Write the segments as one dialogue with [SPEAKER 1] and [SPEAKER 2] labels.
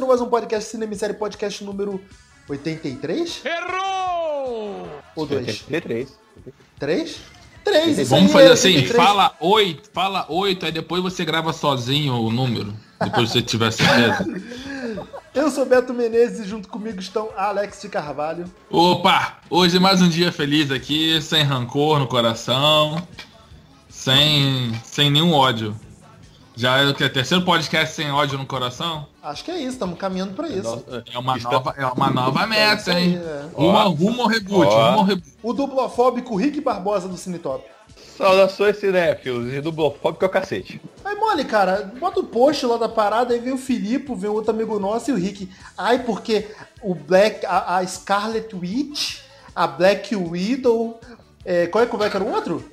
[SPEAKER 1] começando mais um podcast Cinema e Série, podcast número 83?
[SPEAKER 2] Errou!
[SPEAKER 1] Ou 2?
[SPEAKER 3] 83.
[SPEAKER 1] 3? 3, isso
[SPEAKER 2] Vamos
[SPEAKER 1] aí,
[SPEAKER 2] fazer assim,
[SPEAKER 1] 83.
[SPEAKER 2] fala 8, aí depois você grava sozinho o número, depois você tiver certeza.
[SPEAKER 1] Eu sou Beto Menezes e junto comigo estão Alex de Carvalho.
[SPEAKER 2] Opa, hoje mais um dia feliz aqui, sem rancor no coração, sem nenhum ódio. Já é o que? Terceiro podcast sem ódio no coração?
[SPEAKER 1] Acho que é isso, estamos caminhando para isso.
[SPEAKER 2] É uma nova meta, hein?
[SPEAKER 1] É.
[SPEAKER 2] Rumo ao reboot, rumo ao reboot.
[SPEAKER 1] O dublofóbico Rick Barbosa do Cinetop.
[SPEAKER 3] Saudações cinéfilos e dublofóbico é o cacete.
[SPEAKER 1] Aí, mole, cara, bota o post lá da parada, aí vem o Filipe, vem outro amigo nosso e o Rick. Ai, porque o Black, a Scarlet Witch, a Black Widow, como é que era o outro?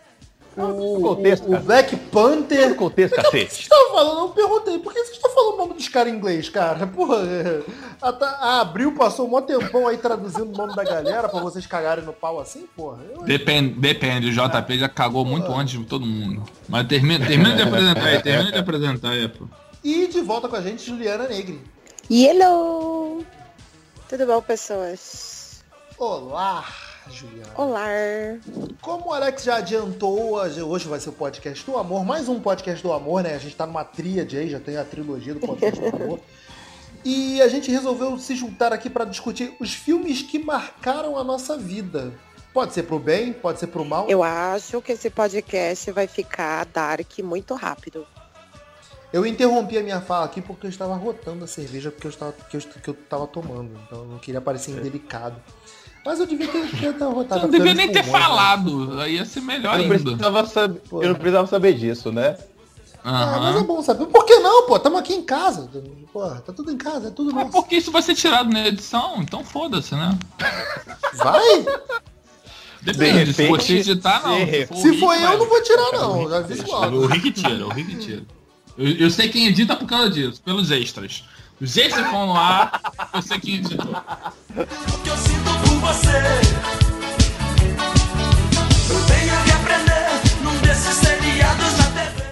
[SPEAKER 1] O Black Panther.
[SPEAKER 3] No contexto,
[SPEAKER 1] Por que
[SPEAKER 3] cacete.
[SPEAKER 1] você estava falando? Eu perguntei, por que você está falando o nome dos caras em inglês, cara? Porra, a Abril passou um mó tempão aí traduzindo o nome da galera pra vocês cagarem no pau assim, porra.
[SPEAKER 2] Depende, o JP já cagou muito antes de todo mundo. Mas termina de apresentar aí, pô.
[SPEAKER 1] E de volta com a gente, Juliana Negri.
[SPEAKER 4] Hello! Tudo bom, pessoas?
[SPEAKER 1] Olá, Juliana.
[SPEAKER 4] Olá!
[SPEAKER 1] Como o Alex já adiantou, hoje vai ser o podcast do amor, mais um podcast do amor, né? A gente tá numa tríade aí, já tem a trilogia do podcast do amor. E a gente resolveu se juntar aqui para discutir os filmes que marcaram a nossa vida. Pode ser pro bem, pode ser pro mal.
[SPEAKER 4] Eu acho que esse podcast vai ficar dark muito rápido.
[SPEAKER 1] Eu interrompi a minha fala aqui porque eu estava rotando a cerveja que eu tava tomando. Então eu não queria parecer indelicado. Mas eu devia ter rotado.
[SPEAKER 2] Você não devia nem ter falado, aí ia ser melhor ainda.
[SPEAKER 3] Eu não precisava saber disso, né?
[SPEAKER 1] Mas é bom saber. Por que não, pô? Tamo aqui em casa. Pô, tá tudo em casa, é tudo nosso.
[SPEAKER 2] Porque isso vai ser tirado na edição, então foda-se, né?
[SPEAKER 1] Vai?
[SPEAKER 2] Depende, se você editar, não.
[SPEAKER 1] Se for eu, não vou tirar, não. Já vi logo.
[SPEAKER 2] O Rick tira. Eu sei quem edita por causa disso, pelos extras. Os extras que vão no ar, eu sei quem editou.
[SPEAKER 5] O que eu sinto por você, eu tenho que aprender num desses seriados na TV.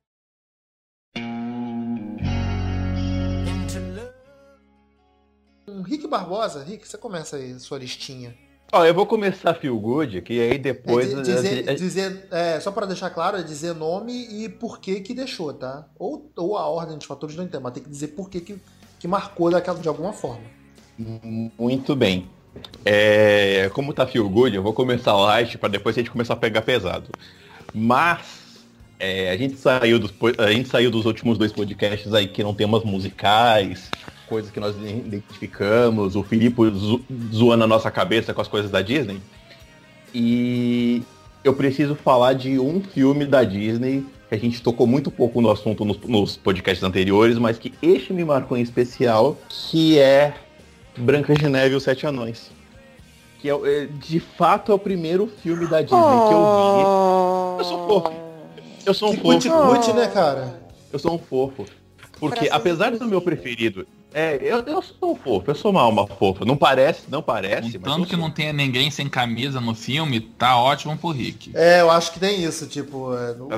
[SPEAKER 1] Rick Barbosa, Rick, você começa aí sua listinha.
[SPEAKER 3] Ó, eu vou começar Feel Good, que aí depois...
[SPEAKER 1] Só para deixar claro, é dizer nome e por que deixou, tá? Ou a ordem dos fatores não entendo, mas tem que dizer por que marcou de alguma forma.
[SPEAKER 3] Muito bem. Como tá Feel Good, eu vou começar light para depois a gente começar a pegar pesado. Mas a gente saiu dos últimos 2 podcasts aí que não temas musicais, coisas que nós identificamos, o Filipe zoando a nossa cabeça com as coisas da Disney. E eu preciso falar de um filme da Disney que a gente tocou muito pouco no assunto nos podcasts anteriores, mas que este me marcou em especial, que é Branca de Neve e os Sete Anões. Que de fato é o primeiro filme da Disney que eu vi. Eu sou fofo. Eu sou um fofo.
[SPEAKER 1] Cuti, né, cara?
[SPEAKER 3] Eu sou um fofo. Porque apesar do meu preferido... eu sou um fofo, eu sou uma alma fofa. Não parece,
[SPEAKER 2] Tanto que não tenha ninguém sem camisa no filme, tá ótimo pro Rick.
[SPEAKER 1] Eu acho que tem isso, tipo...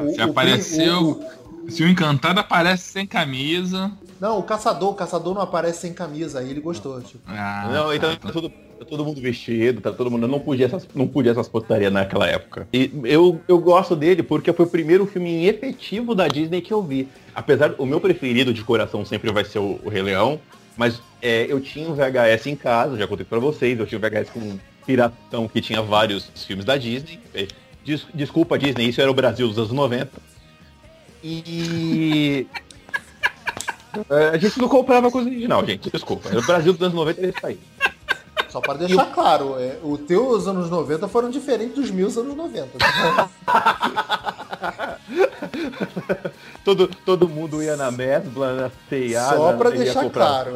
[SPEAKER 2] Se o Encantado aparece sem camisa...
[SPEAKER 1] Não, o caçador não aparece sem camisa, aí ele gostou, tipo.
[SPEAKER 3] Então tá todo mundo vestido, tá todo mundo... Eu não podia essas putarias naquela época. E eu gosto dele porque foi o primeiro filme efetivo da Disney que eu vi. Apesar, o meu preferido de coração sempre vai ser o Rei Leão, mas eu tinha um VHS em casa, já contei pra vocês, eu tinha um VHS com um piratão que tinha vários filmes da Disney. Desculpa, Disney, isso era o Brasil dos anos 90. E... a gente não comprava coisa original, gente, desculpa. Era o Brasil dos anos 90 e isso aí.
[SPEAKER 1] Só para deixar claro, os teus anos 90 foram diferentes dos meus anos 90.
[SPEAKER 3] todo mundo ia na Mesbla, na C&A.
[SPEAKER 1] Só para deixar claro,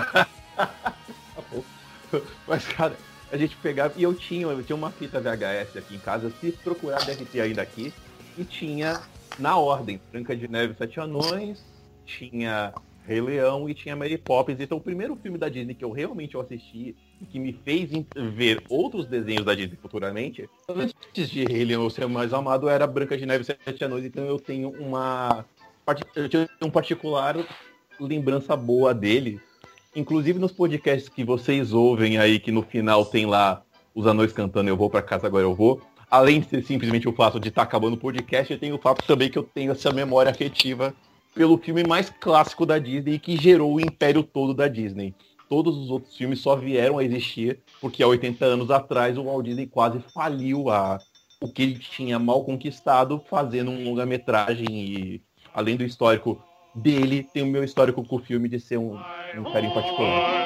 [SPEAKER 3] Mas, cara, a gente pegava... E eu tinha uma fita VHS aqui em casa, se procurar deve ter ainda aqui. E tinha, na ordem, Branca de Neve e Sete Anões, tinha Rei Leão e tinha Mary Poppins. Então o primeiro filme da Disney que eu realmente assisti e que me fez ver outros desenhos da Disney futuramente, antes de Rei Leão ser o mais amado, era Branca de Neve e Sete Anões. Então eu tenho um particular lembrança boa dele, Inclusive nos podcasts que vocês ouvem aí, que no final tem lá os anões cantando Eu Vou Pra Casa, Agora Eu Vou. Além de ser simplesmente o fato de estar acabando o podcast, tem o fato também que eu tenho essa memória afetiva pelo filme mais clássico da Disney e que gerou o império todo da Disney. Todos os outros filmes só vieram a existir porque há 80 anos atrás o Walt Disney quase faliu o que ele tinha mal conquistado fazendo um longa-metragem e, além do histórico dele, tem o meu histórico com o filme de ser um cara em particular.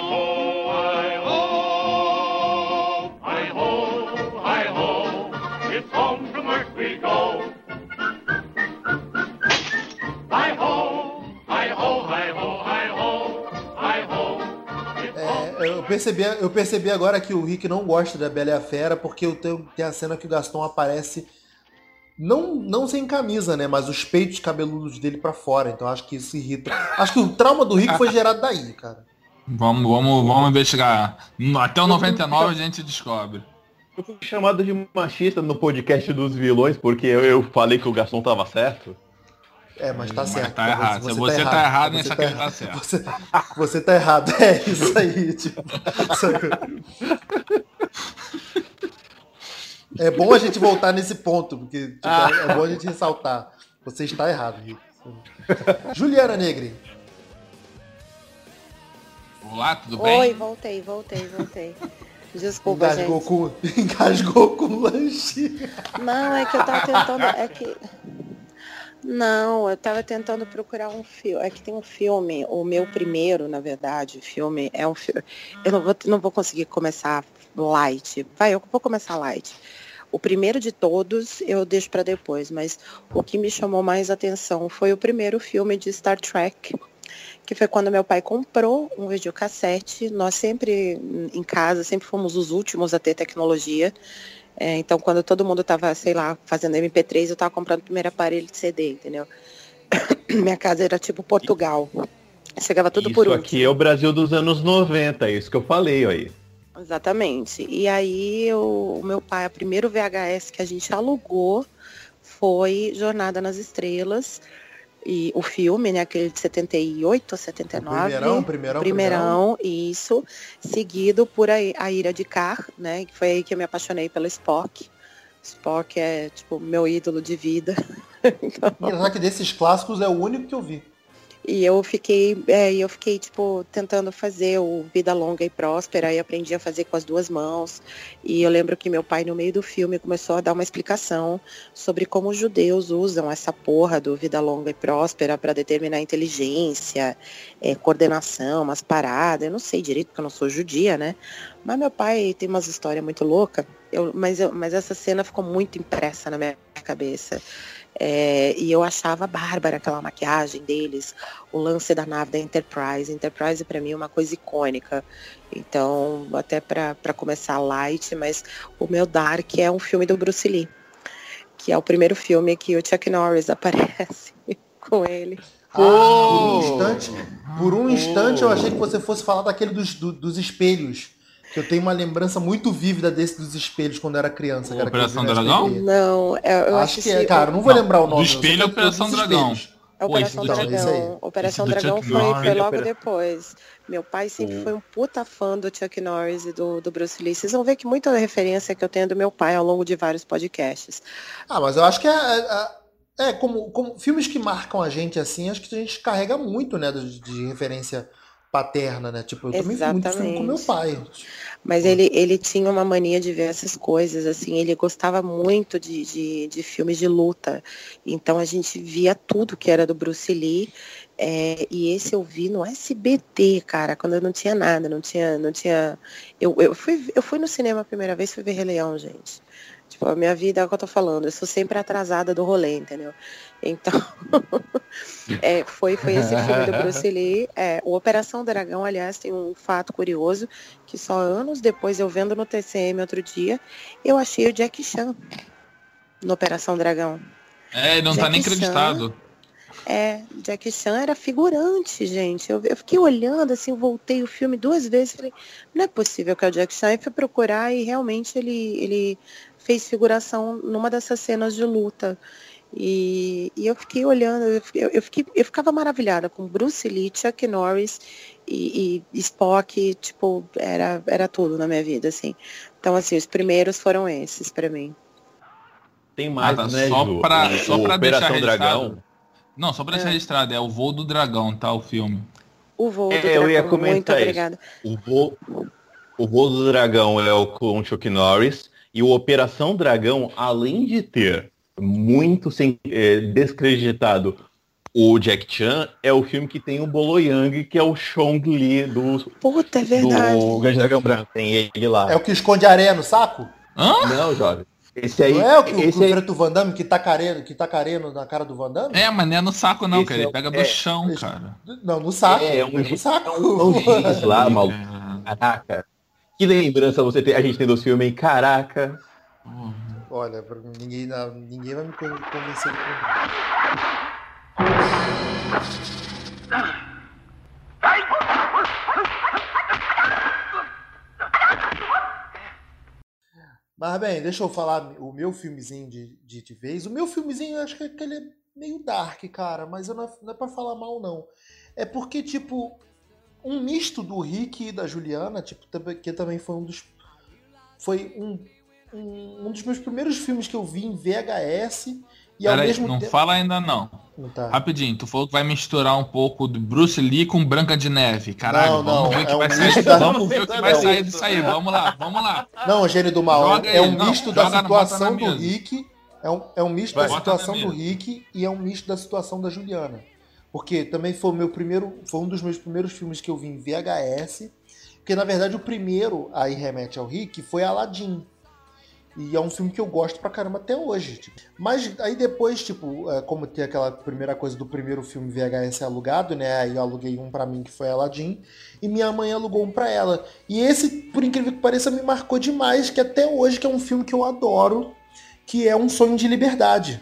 [SPEAKER 1] Eu percebi agora que o Rick não gosta da Bela e a Fera, porque tem a cena que o Gaston aparece não sem camisa, né? Mas os peitos cabeludos dele pra fora. Então acho que isso irrita. Acho que o trauma do Rick foi gerado daí, cara.
[SPEAKER 2] Vamos investigar. Até o 99 a gente descobre.
[SPEAKER 3] Eu fui chamado de machista no podcast dos vilões porque eu falei que o Gaston tava certo.
[SPEAKER 1] Mas tá certo.
[SPEAKER 2] Mas tá errado. Você tá errado, nem sabe que ele tá certo.
[SPEAKER 1] Você tá errado. É isso aí, tipo. É bom a gente voltar nesse ponto, porque tipo, é bom a gente ressaltar. Você está errado, Rick. Juliana Negri.
[SPEAKER 2] Olá, tudo bem?
[SPEAKER 4] Oi, voltei. Desculpa,
[SPEAKER 1] Engasgou com o lanche.
[SPEAKER 4] Não, é que eu tava tentando... Não, eu tava tentando procurar um filme. É que tem um filme, o meu primeiro, na verdade, filme é um filme. Eu não vou conseguir começar light. Eu vou começar light. O primeiro de todos eu deixo para depois, mas o que me chamou mais atenção foi o primeiro filme de Star Trek, que foi quando meu pai comprou um videocassete. Nós sempre, em casa, sempre fomos os últimos a ter tecnologia. Então, quando todo mundo tava, sei lá, fazendo MP3, eu tava comprando o primeiro aparelho de CD, entendeu? Minha casa era tipo Portugal. Chegava tudo por último.
[SPEAKER 3] Isso aqui é o Brasil dos anos 90, é isso que eu falei aí.
[SPEAKER 4] Exatamente. E aí, o meu pai, o primeiro VHS que a gente alugou foi Jornada nas Estrelas. E o filme, né, aquele de 78 ou 79. Primeirão, isso. Seguido por a Ira de Kar, né, que foi aí que eu me apaixonei pelo Spock. Spock é, tipo, meu ídolo de vida.
[SPEAKER 1] Então... Engraçado que desses clássicos é o único que eu vi.
[SPEAKER 4] E eu fiquei, tipo, tentando fazer o Vida Longa e Próspera e aprendi a fazer com as duas mãos. E eu lembro que meu pai, no meio do filme, começou a dar uma explicação sobre como os judeus usam essa porra do Vida Longa e Próspera para determinar inteligência, coordenação, umas paradas. Eu não sei direito, porque eu não sou judia, né? Mas meu pai tem umas histórias muito loucas. Mas essa cena ficou muito impressa na minha cabeça. E eu achava bárbara aquela maquiagem deles, o lance da nave da Enterprise. Enterprise pra mim é uma coisa icônica. Então, até pra começar light, mas o meu Dark é um filme do Bruce Lee, que é o primeiro filme que o Chuck Norris aparece com ele.
[SPEAKER 1] Por um instante eu achei que você fosse falar daquele dos espelhos. Que eu tenho uma lembrança muito vívida desse dos espelhos quando eu era criança.
[SPEAKER 2] Operação Dragão?
[SPEAKER 4] Não, eu
[SPEAKER 1] acho que é, cara, não vou lembrar o nome.
[SPEAKER 2] Do espelho é Operação Dragão.
[SPEAKER 4] Operação Dragão. Operação Dragão foi logo depois. Meu pai sempre foi um puta fã do Chuck Norris e do Bruce Lee. Vocês vão ver que muita referência que eu tenho do meu pai ao longo de vários podcasts.
[SPEAKER 1] Mas eu acho que como filmes que marcam a gente assim, acho que a gente carrega muito, né, de referência paterna, né? Tipo, eu também vi muito filme com meu pai.
[SPEAKER 4] Mas ele tinha uma mania de ver essas coisas, assim, ele gostava muito de filmes de luta. Então a gente via tudo que era do Bruce Lee. E esse eu vi no SBT, cara, quando eu não tinha nada, não tinha. Eu fui no cinema a primeira vez, fui ver Rei Leão, gente. Tipo, a minha vida é o que eu tô falando, eu sou sempre atrasada do rolê, entendeu? Então, foi esse filme do Bruce Lee. O Operação Dragão, aliás, tem um fato curioso, que só anos depois, eu vendo no TCM outro dia, eu achei o Jack Chan no Operação Dragão.
[SPEAKER 2] Não Jack tá nem acreditado.
[SPEAKER 4] Jack Chan era figurante, gente. Eu fiquei olhando, assim, eu voltei o filme 2 vezes, falei, não é possível que é o Jack Chan. E fui procurar e realmente ele fez figuração numa dessas cenas de luta. E eu fiquei olhando, eu ficava maravilhada com Bruce Lee, Chuck Norris e Spock, tipo, era tudo na minha vida, assim. Então, assim, os primeiros foram esses pra mim.
[SPEAKER 3] Tem mais,
[SPEAKER 2] tá,
[SPEAKER 3] né,
[SPEAKER 2] só
[SPEAKER 3] Ju?
[SPEAKER 2] pra
[SPEAKER 3] Operação
[SPEAKER 2] deixar registrado.
[SPEAKER 3] Dragão.
[SPEAKER 2] Não, só pra deixar registrado, é o Voo do Dragão, tá? O filme.
[SPEAKER 4] O Voo do
[SPEAKER 3] Eu ia
[SPEAKER 4] Dragão, muito
[SPEAKER 3] comentar isso.
[SPEAKER 4] obrigada.
[SPEAKER 3] O Voo do Dragão é o com Chuck Norris. E o Operação Dragão, além de ter muito descreditado o Jack Chan, é o filme que tem o Bolo Yang, que é o Chong Li
[SPEAKER 4] Puta, é verdade.
[SPEAKER 3] do Grande Dragão Branco. Tem ele lá.
[SPEAKER 1] É o que esconde areia no saco?
[SPEAKER 2] Hã?
[SPEAKER 3] Não, jovem. Esse aí.
[SPEAKER 1] Não é o que
[SPEAKER 3] esse
[SPEAKER 1] o
[SPEAKER 3] aí,
[SPEAKER 1] Preto Van Damme que tá careno na cara do Van Damme?
[SPEAKER 2] É, mas não é no saco não,
[SPEAKER 3] Esse
[SPEAKER 2] cara.
[SPEAKER 3] é
[SPEAKER 2] Ele
[SPEAKER 3] o-
[SPEAKER 2] pega do chão,
[SPEAKER 1] esse-
[SPEAKER 2] cara.
[SPEAKER 1] Não, no saco.
[SPEAKER 3] É
[SPEAKER 1] no
[SPEAKER 3] giz
[SPEAKER 1] saco.
[SPEAKER 3] lá, maluco.
[SPEAKER 2] É.
[SPEAKER 3] Caraca. Que lembrança a gente tem do filme, hein? Caraca.
[SPEAKER 1] Olha, ninguém vai me convencer do contrário. Mas bem, deixa eu falar o meu filmezinho de vez. O meu filmezinho, eu acho que ele é meio dark, cara, mas não é pra falar mal, não. É porque, tipo, um misto do Rick e da Juliana, tipo, que também foi um dos meus primeiros filmes que eu vi em VHS e ao
[SPEAKER 2] Peraí,
[SPEAKER 1] mesmo
[SPEAKER 2] não
[SPEAKER 1] tempo...
[SPEAKER 2] fala ainda não.
[SPEAKER 1] Não tá.
[SPEAKER 2] Rapidinho, tu falou que vai misturar um pouco do Bruce Lee com Branca de Neve. Caralho,
[SPEAKER 1] Não,
[SPEAKER 2] vamos ver o que
[SPEAKER 1] é
[SPEAKER 2] vai
[SPEAKER 1] um
[SPEAKER 2] sair.
[SPEAKER 1] misto da-
[SPEAKER 2] Vamos ver o que vai
[SPEAKER 3] Não,
[SPEAKER 2] sair disso aí. Vamos lá.
[SPEAKER 1] Não, Gênio do Mal,
[SPEAKER 2] Joga
[SPEAKER 1] é
[SPEAKER 2] aí,
[SPEAKER 1] um
[SPEAKER 2] não,
[SPEAKER 1] misto da
[SPEAKER 2] joga,
[SPEAKER 1] situação
[SPEAKER 2] bota na
[SPEAKER 1] do
[SPEAKER 2] mesa.
[SPEAKER 1] Rick, é um misto
[SPEAKER 3] Vai.
[SPEAKER 1] da
[SPEAKER 2] Bota na
[SPEAKER 1] situação do
[SPEAKER 2] mesa.
[SPEAKER 1] Rick e é um misto da situação da Juliana. Porque também foi um dos meus primeiros filmes que eu vi em VHS, porque na verdade o primeiro aí remete ao Rick foi Aladdin. E é um filme que eu gosto pra caramba até hoje. Tipo. Mas aí depois, tipo, como tem aquela primeira coisa do primeiro filme VHS alugado, né? Aí eu aluguei um pra mim que foi Aladdin. E minha mãe alugou um pra ela. E esse, por incrível que pareça, me marcou demais, que até hoje que é um filme que eu adoro, que é Um Sonho de Liberdade.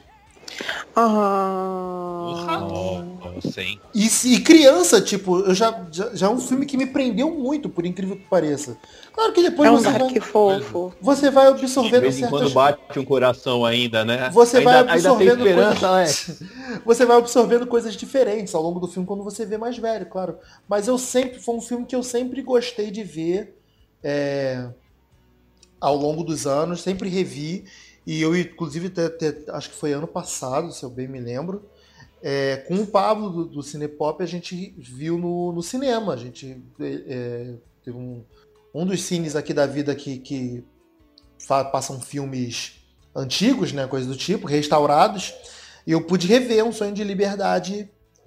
[SPEAKER 3] Sim.
[SPEAKER 1] E criança, tipo, eu já é um filme que me prendeu muito, por incrível que pareça. Claro que depois
[SPEAKER 4] É um
[SPEAKER 1] você
[SPEAKER 4] dark
[SPEAKER 1] vai,
[SPEAKER 4] fofo.
[SPEAKER 1] você vai
[SPEAKER 3] De
[SPEAKER 1] absorvendo
[SPEAKER 3] vez em quando
[SPEAKER 1] certas...
[SPEAKER 3] bate um coração ainda, né?
[SPEAKER 1] Você vai
[SPEAKER 3] ainda tem
[SPEAKER 1] absorvendo
[SPEAKER 3] esperança,
[SPEAKER 1] coisas... Você vai absorvendo coisas diferentes ao longo do filme quando você vê mais velho, claro. Mas foi um filme que eu sempre gostei de ver ao longo dos anos, sempre revi. E eu, inclusive, acho que foi ano passado, se eu bem me lembro, com o Pablo do Cinepop, a gente viu no cinema. A gente teve um dos cines aqui da vida que passam filmes antigos, né, coisa do tipo, restaurados, e eu pude rever Um Sonho de Liberdade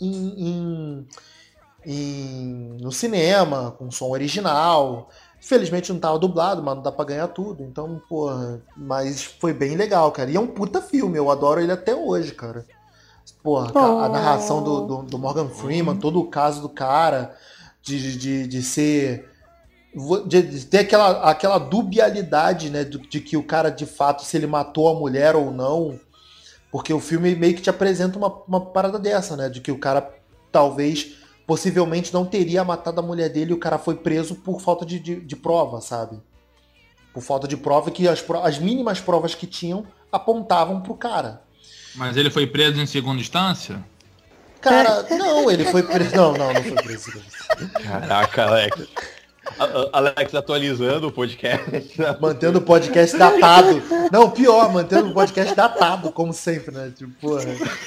[SPEAKER 1] no cinema, com som original. Infelizmente não tava dublado, mas não dá pra ganhar tudo, então, porra, mas foi bem legal, cara. E é um puta filme, eu adoro ele até hoje, cara. Porra, a narração do Morgan Freeman, todo o caso do cara, de ser... de ter aquela dubialidade, né, de que o cara, de fato, se ele matou a mulher ou não, porque o filme meio que te apresenta uma parada dessa, né, de que o cara talvez, possivelmente, não teria matado a mulher dele e o cara foi preso por falta de prova, sabe? Por falta de prova, que as mínimas provas que tinham apontavam pro cara.
[SPEAKER 2] Mas ele foi preso em segunda instância?
[SPEAKER 1] Cara, não, ele foi preso... Não foi preso.
[SPEAKER 3] Caraca, Alex. Alex atualizando o podcast.
[SPEAKER 1] Mantendo o podcast datado. Não, pior, mantendo o podcast datado, como sempre, né? Tipo, porra.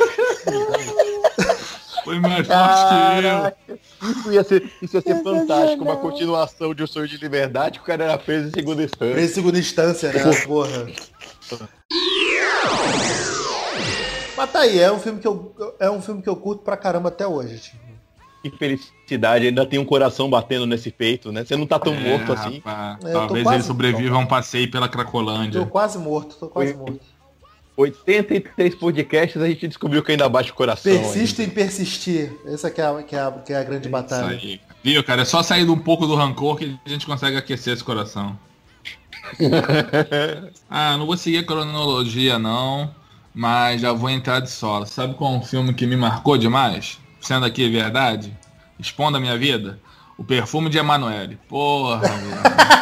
[SPEAKER 2] Foi mais forte que eu.
[SPEAKER 3] Caraca, isso ia ser fantástico, uma continuação de Um Sonho de Liberdade, que o cara era preso em segunda instância.
[SPEAKER 1] Preso em segunda instância, né? Porra. Mas tá aí, é um filme que eu curto pra caramba até hoje. Tipo.
[SPEAKER 3] Que felicidade, ainda tem um coração batendo nesse peito, né? Você não tá tão morto assim.
[SPEAKER 2] Rapaz,
[SPEAKER 1] Eu tô
[SPEAKER 2] talvez
[SPEAKER 1] quase-
[SPEAKER 2] ele sobreviva a um passeio pela Cracolândia.
[SPEAKER 1] Tô quase morto.
[SPEAKER 3] 83 podcasts, a gente descobriu que ainda bate o coração.
[SPEAKER 1] Persisto em persistir. Essa que é a grande batalha.
[SPEAKER 2] Isso aí. Viu, cara? É só sair um pouco do rancor que a gente consegue aquecer esse coração. Não vou seguir a cronologia, não. Mas já vou entrar de sola. Sabe qual é um filme que me marcou demais? Sendo aqui verdade? Expondo a minha vida? O perfume de Emanuele. Porra, velho.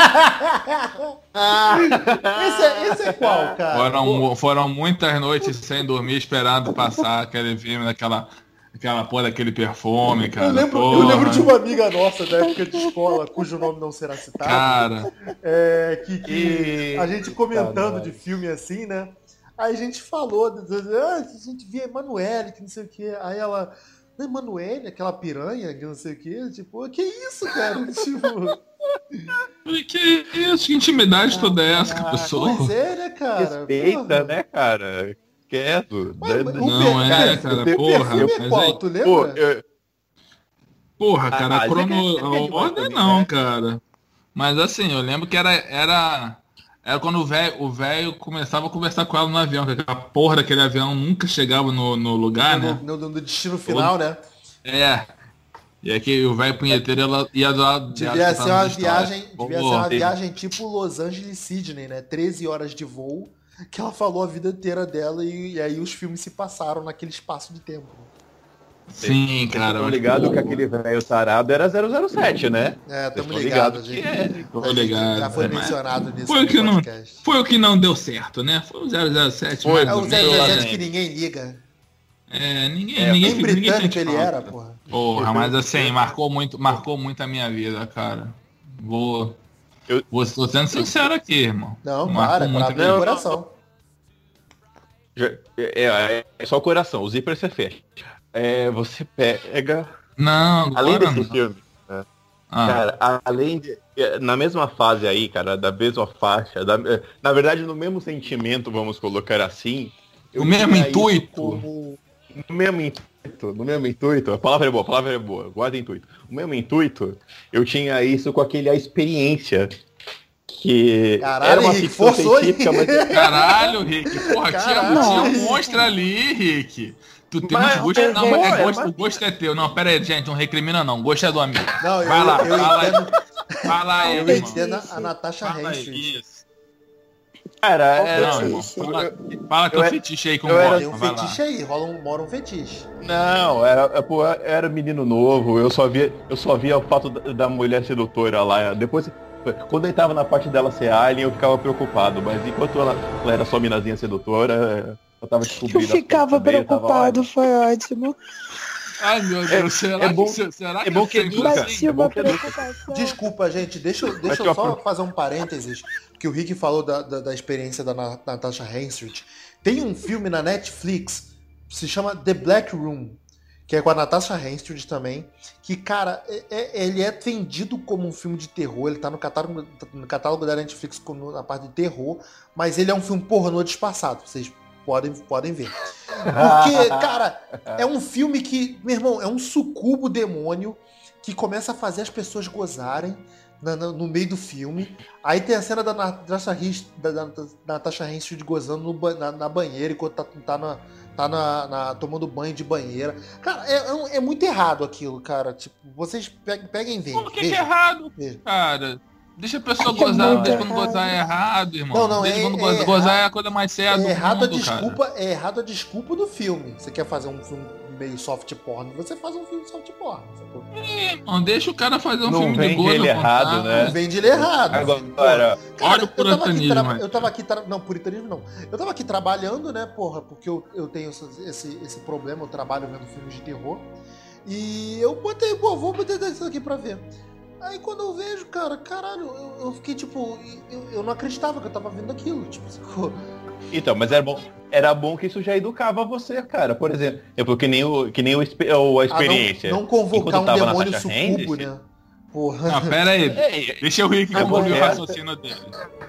[SPEAKER 1] Esse é qual, cara?
[SPEAKER 2] Foram muitas noites sem dormir, esperando passar aquele filme, aquela porra daquele perfume, cara.
[SPEAKER 1] Eu lembro de uma amiga nossa da época de escola, cujo nome não será citado.
[SPEAKER 2] Cara.
[SPEAKER 1] Que a gente comentando de filme assim, né? Aí a gente falou, a gente via Emanuele, que não sei o quê. Aí ela, Emanuele, aquela piranha, que não sei o quê. Tipo, que isso, cara? Tipo...
[SPEAKER 2] Que isso? Que intimidade toda é essa com a pessoa?
[SPEAKER 1] Pois é, né, cara?
[SPEAKER 3] Respeita,
[SPEAKER 1] Porra.
[SPEAKER 3] né, cara? Quieto.
[SPEAKER 2] Não é, cara, porra.
[SPEAKER 1] Filme qual? Tu lembra?
[SPEAKER 2] Porra, cara,
[SPEAKER 3] Ah,
[SPEAKER 2] a ordem não, cara. Mas assim, eu lembro que era quando o velho começava a conversar com ela no avião, que aquela porra daquele avião nunca chegava no lugar, né?
[SPEAKER 1] No destino final, né?
[SPEAKER 2] E aqui o velho punheteiro ia do lado
[SPEAKER 1] Devia ser uma viagem tipo Los Angeles Sydney, né? 13 horas de voo, que ela falou a vida inteira dela e aí os filmes se passaram naquele espaço de tempo.
[SPEAKER 2] Sim, cara.
[SPEAKER 3] Tô ligado que aquele velho tarado era 007, né?
[SPEAKER 1] Tamo ligado, gente.
[SPEAKER 2] Tô ligado.
[SPEAKER 1] Já foi mencionado nisso
[SPEAKER 2] foi
[SPEAKER 1] no podcast.
[SPEAKER 2] Foi o que não deu certo, né? Foi o 007.
[SPEAKER 1] É o 007 que ninguém liga.
[SPEAKER 2] Ninguém
[SPEAKER 1] britânico ele era, porra.
[SPEAKER 2] Porra, mas assim, marcou muito a minha vida, cara. Tô sendo sincero aqui, irmão.
[SPEAKER 1] Não, para o coração.
[SPEAKER 3] É só o coração, o zíper você fecha. Você pega...
[SPEAKER 2] Não,
[SPEAKER 3] além desse
[SPEAKER 2] não.
[SPEAKER 3] filme, né? Cara, além de... Na mesma fase aí, cara, da mesma faixa, na verdade, no mesmo sentimento, vamos colocar assim...
[SPEAKER 2] O mesmo intuito?
[SPEAKER 3] No mesmo intuito, a palavra é boa, guarda intuito. O mesmo intuito, eu tinha isso com aquele A Experiência, que
[SPEAKER 1] caralho,
[SPEAKER 3] era uma
[SPEAKER 1] Rick,
[SPEAKER 3] ficção
[SPEAKER 1] forçou,
[SPEAKER 3] científica, mas...
[SPEAKER 2] Caralho, Rick, porra, tinha um monstro ali, Rick. Tu tem uns gostos, o gosto é teu. Não, pera aí, gente, não recrimina não, o gosto é do amigo.
[SPEAKER 1] Não,
[SPEAKER 2] Fala aí,
[SPEAKER 1] eu entendo a Natasha Henstridge.
[SPEAKER 3] Cara,
[SPEAKER 2] fala teu fetiche aí com o Boston.
[SPEAKER 1] Tem um fetiche aí, mora um fetiche.
[SPEAKER 3] Não, era menino novo, eu só via o fato da mulher sedutora lá. Depois, quando eu tava na parte dela ser alien, eu ficava preocupado, mas enquanto ela era só minazinha sedutora, eu tava descobrindo.
[SPEAKER 4] Eu ficava preocupado, foi ótimo.
[SPEAKER 2] Ai, meu Deus, será que
[SPEAKER 1] Desculpa, gente, deixa eu só fazer um parênteses, que o Rick falou da experiência da Natasha Henstridge. Tem um filme na Netflix, se chama The Black Room, que é com a Natasha Henstridge também, que, cara, ele é vendido como um filme de terror, ele tá no catálogo da Netflix na parte de terror, mas ele é um filme pornô disfarçado, vocês podem ver. Porque, cara, é um filme que, meu irmão, é um sucubo demônio que começa a fazer as pessoas gozarem no meio do filme. Aí tem a cena da Natasha Henstridge gozando na banheira enquanto tá tomando banho de banheira. Cara, é muito errado aquilo, cara. Tipo, vocês peguem e vejam.
[SPEAKER 2] Por que é errado, cara? Deixa a pessoa gozar, deixa quando gozar é errado, irmão.
[SPEAKER 1] Não,
[SPEAKER 2] deixa quando gozar é a coisa mais séria do mundo, cara.
[SPEAKER 1] É errado a desculpa do filme. Você quer fazer um filme meio soft porn, você faz um filme soft porn.
[SPEAKER 2] Não deixa o cara fazer um filme de gozo.
[SPEAKER 3] Não vende ele errado, né?
[SPEAKER 1] Não vende ele errado.
[SPEAKER 3] Agora,
[SPEAKER 2] olha o puritanismo.
[SPEAKER 1] Eu tava aqui, não, puritanismo não. Eu tava aqui trabalhando, né, porra, porque eu tenho esse problema, eu trabalho vendo filmes de terror. E eu botei, vou botar isso aqui pra ver. Aí quando eu vejo, cara, caralho, eu fiquei tipo, eu não acreditava que eu tava vendo aquilo, tipo, ficou...
[SPEAKER 3] Então, mas era bom que isso já educava você, cara. Por exemplo, que nem a experiência.
[SPEAKER 1] Não convocar um demônio sucubo, né? Porra.
[SPEAKER 2] Não, pera aí. Deixa eu Rick concluir o raciocínio dele.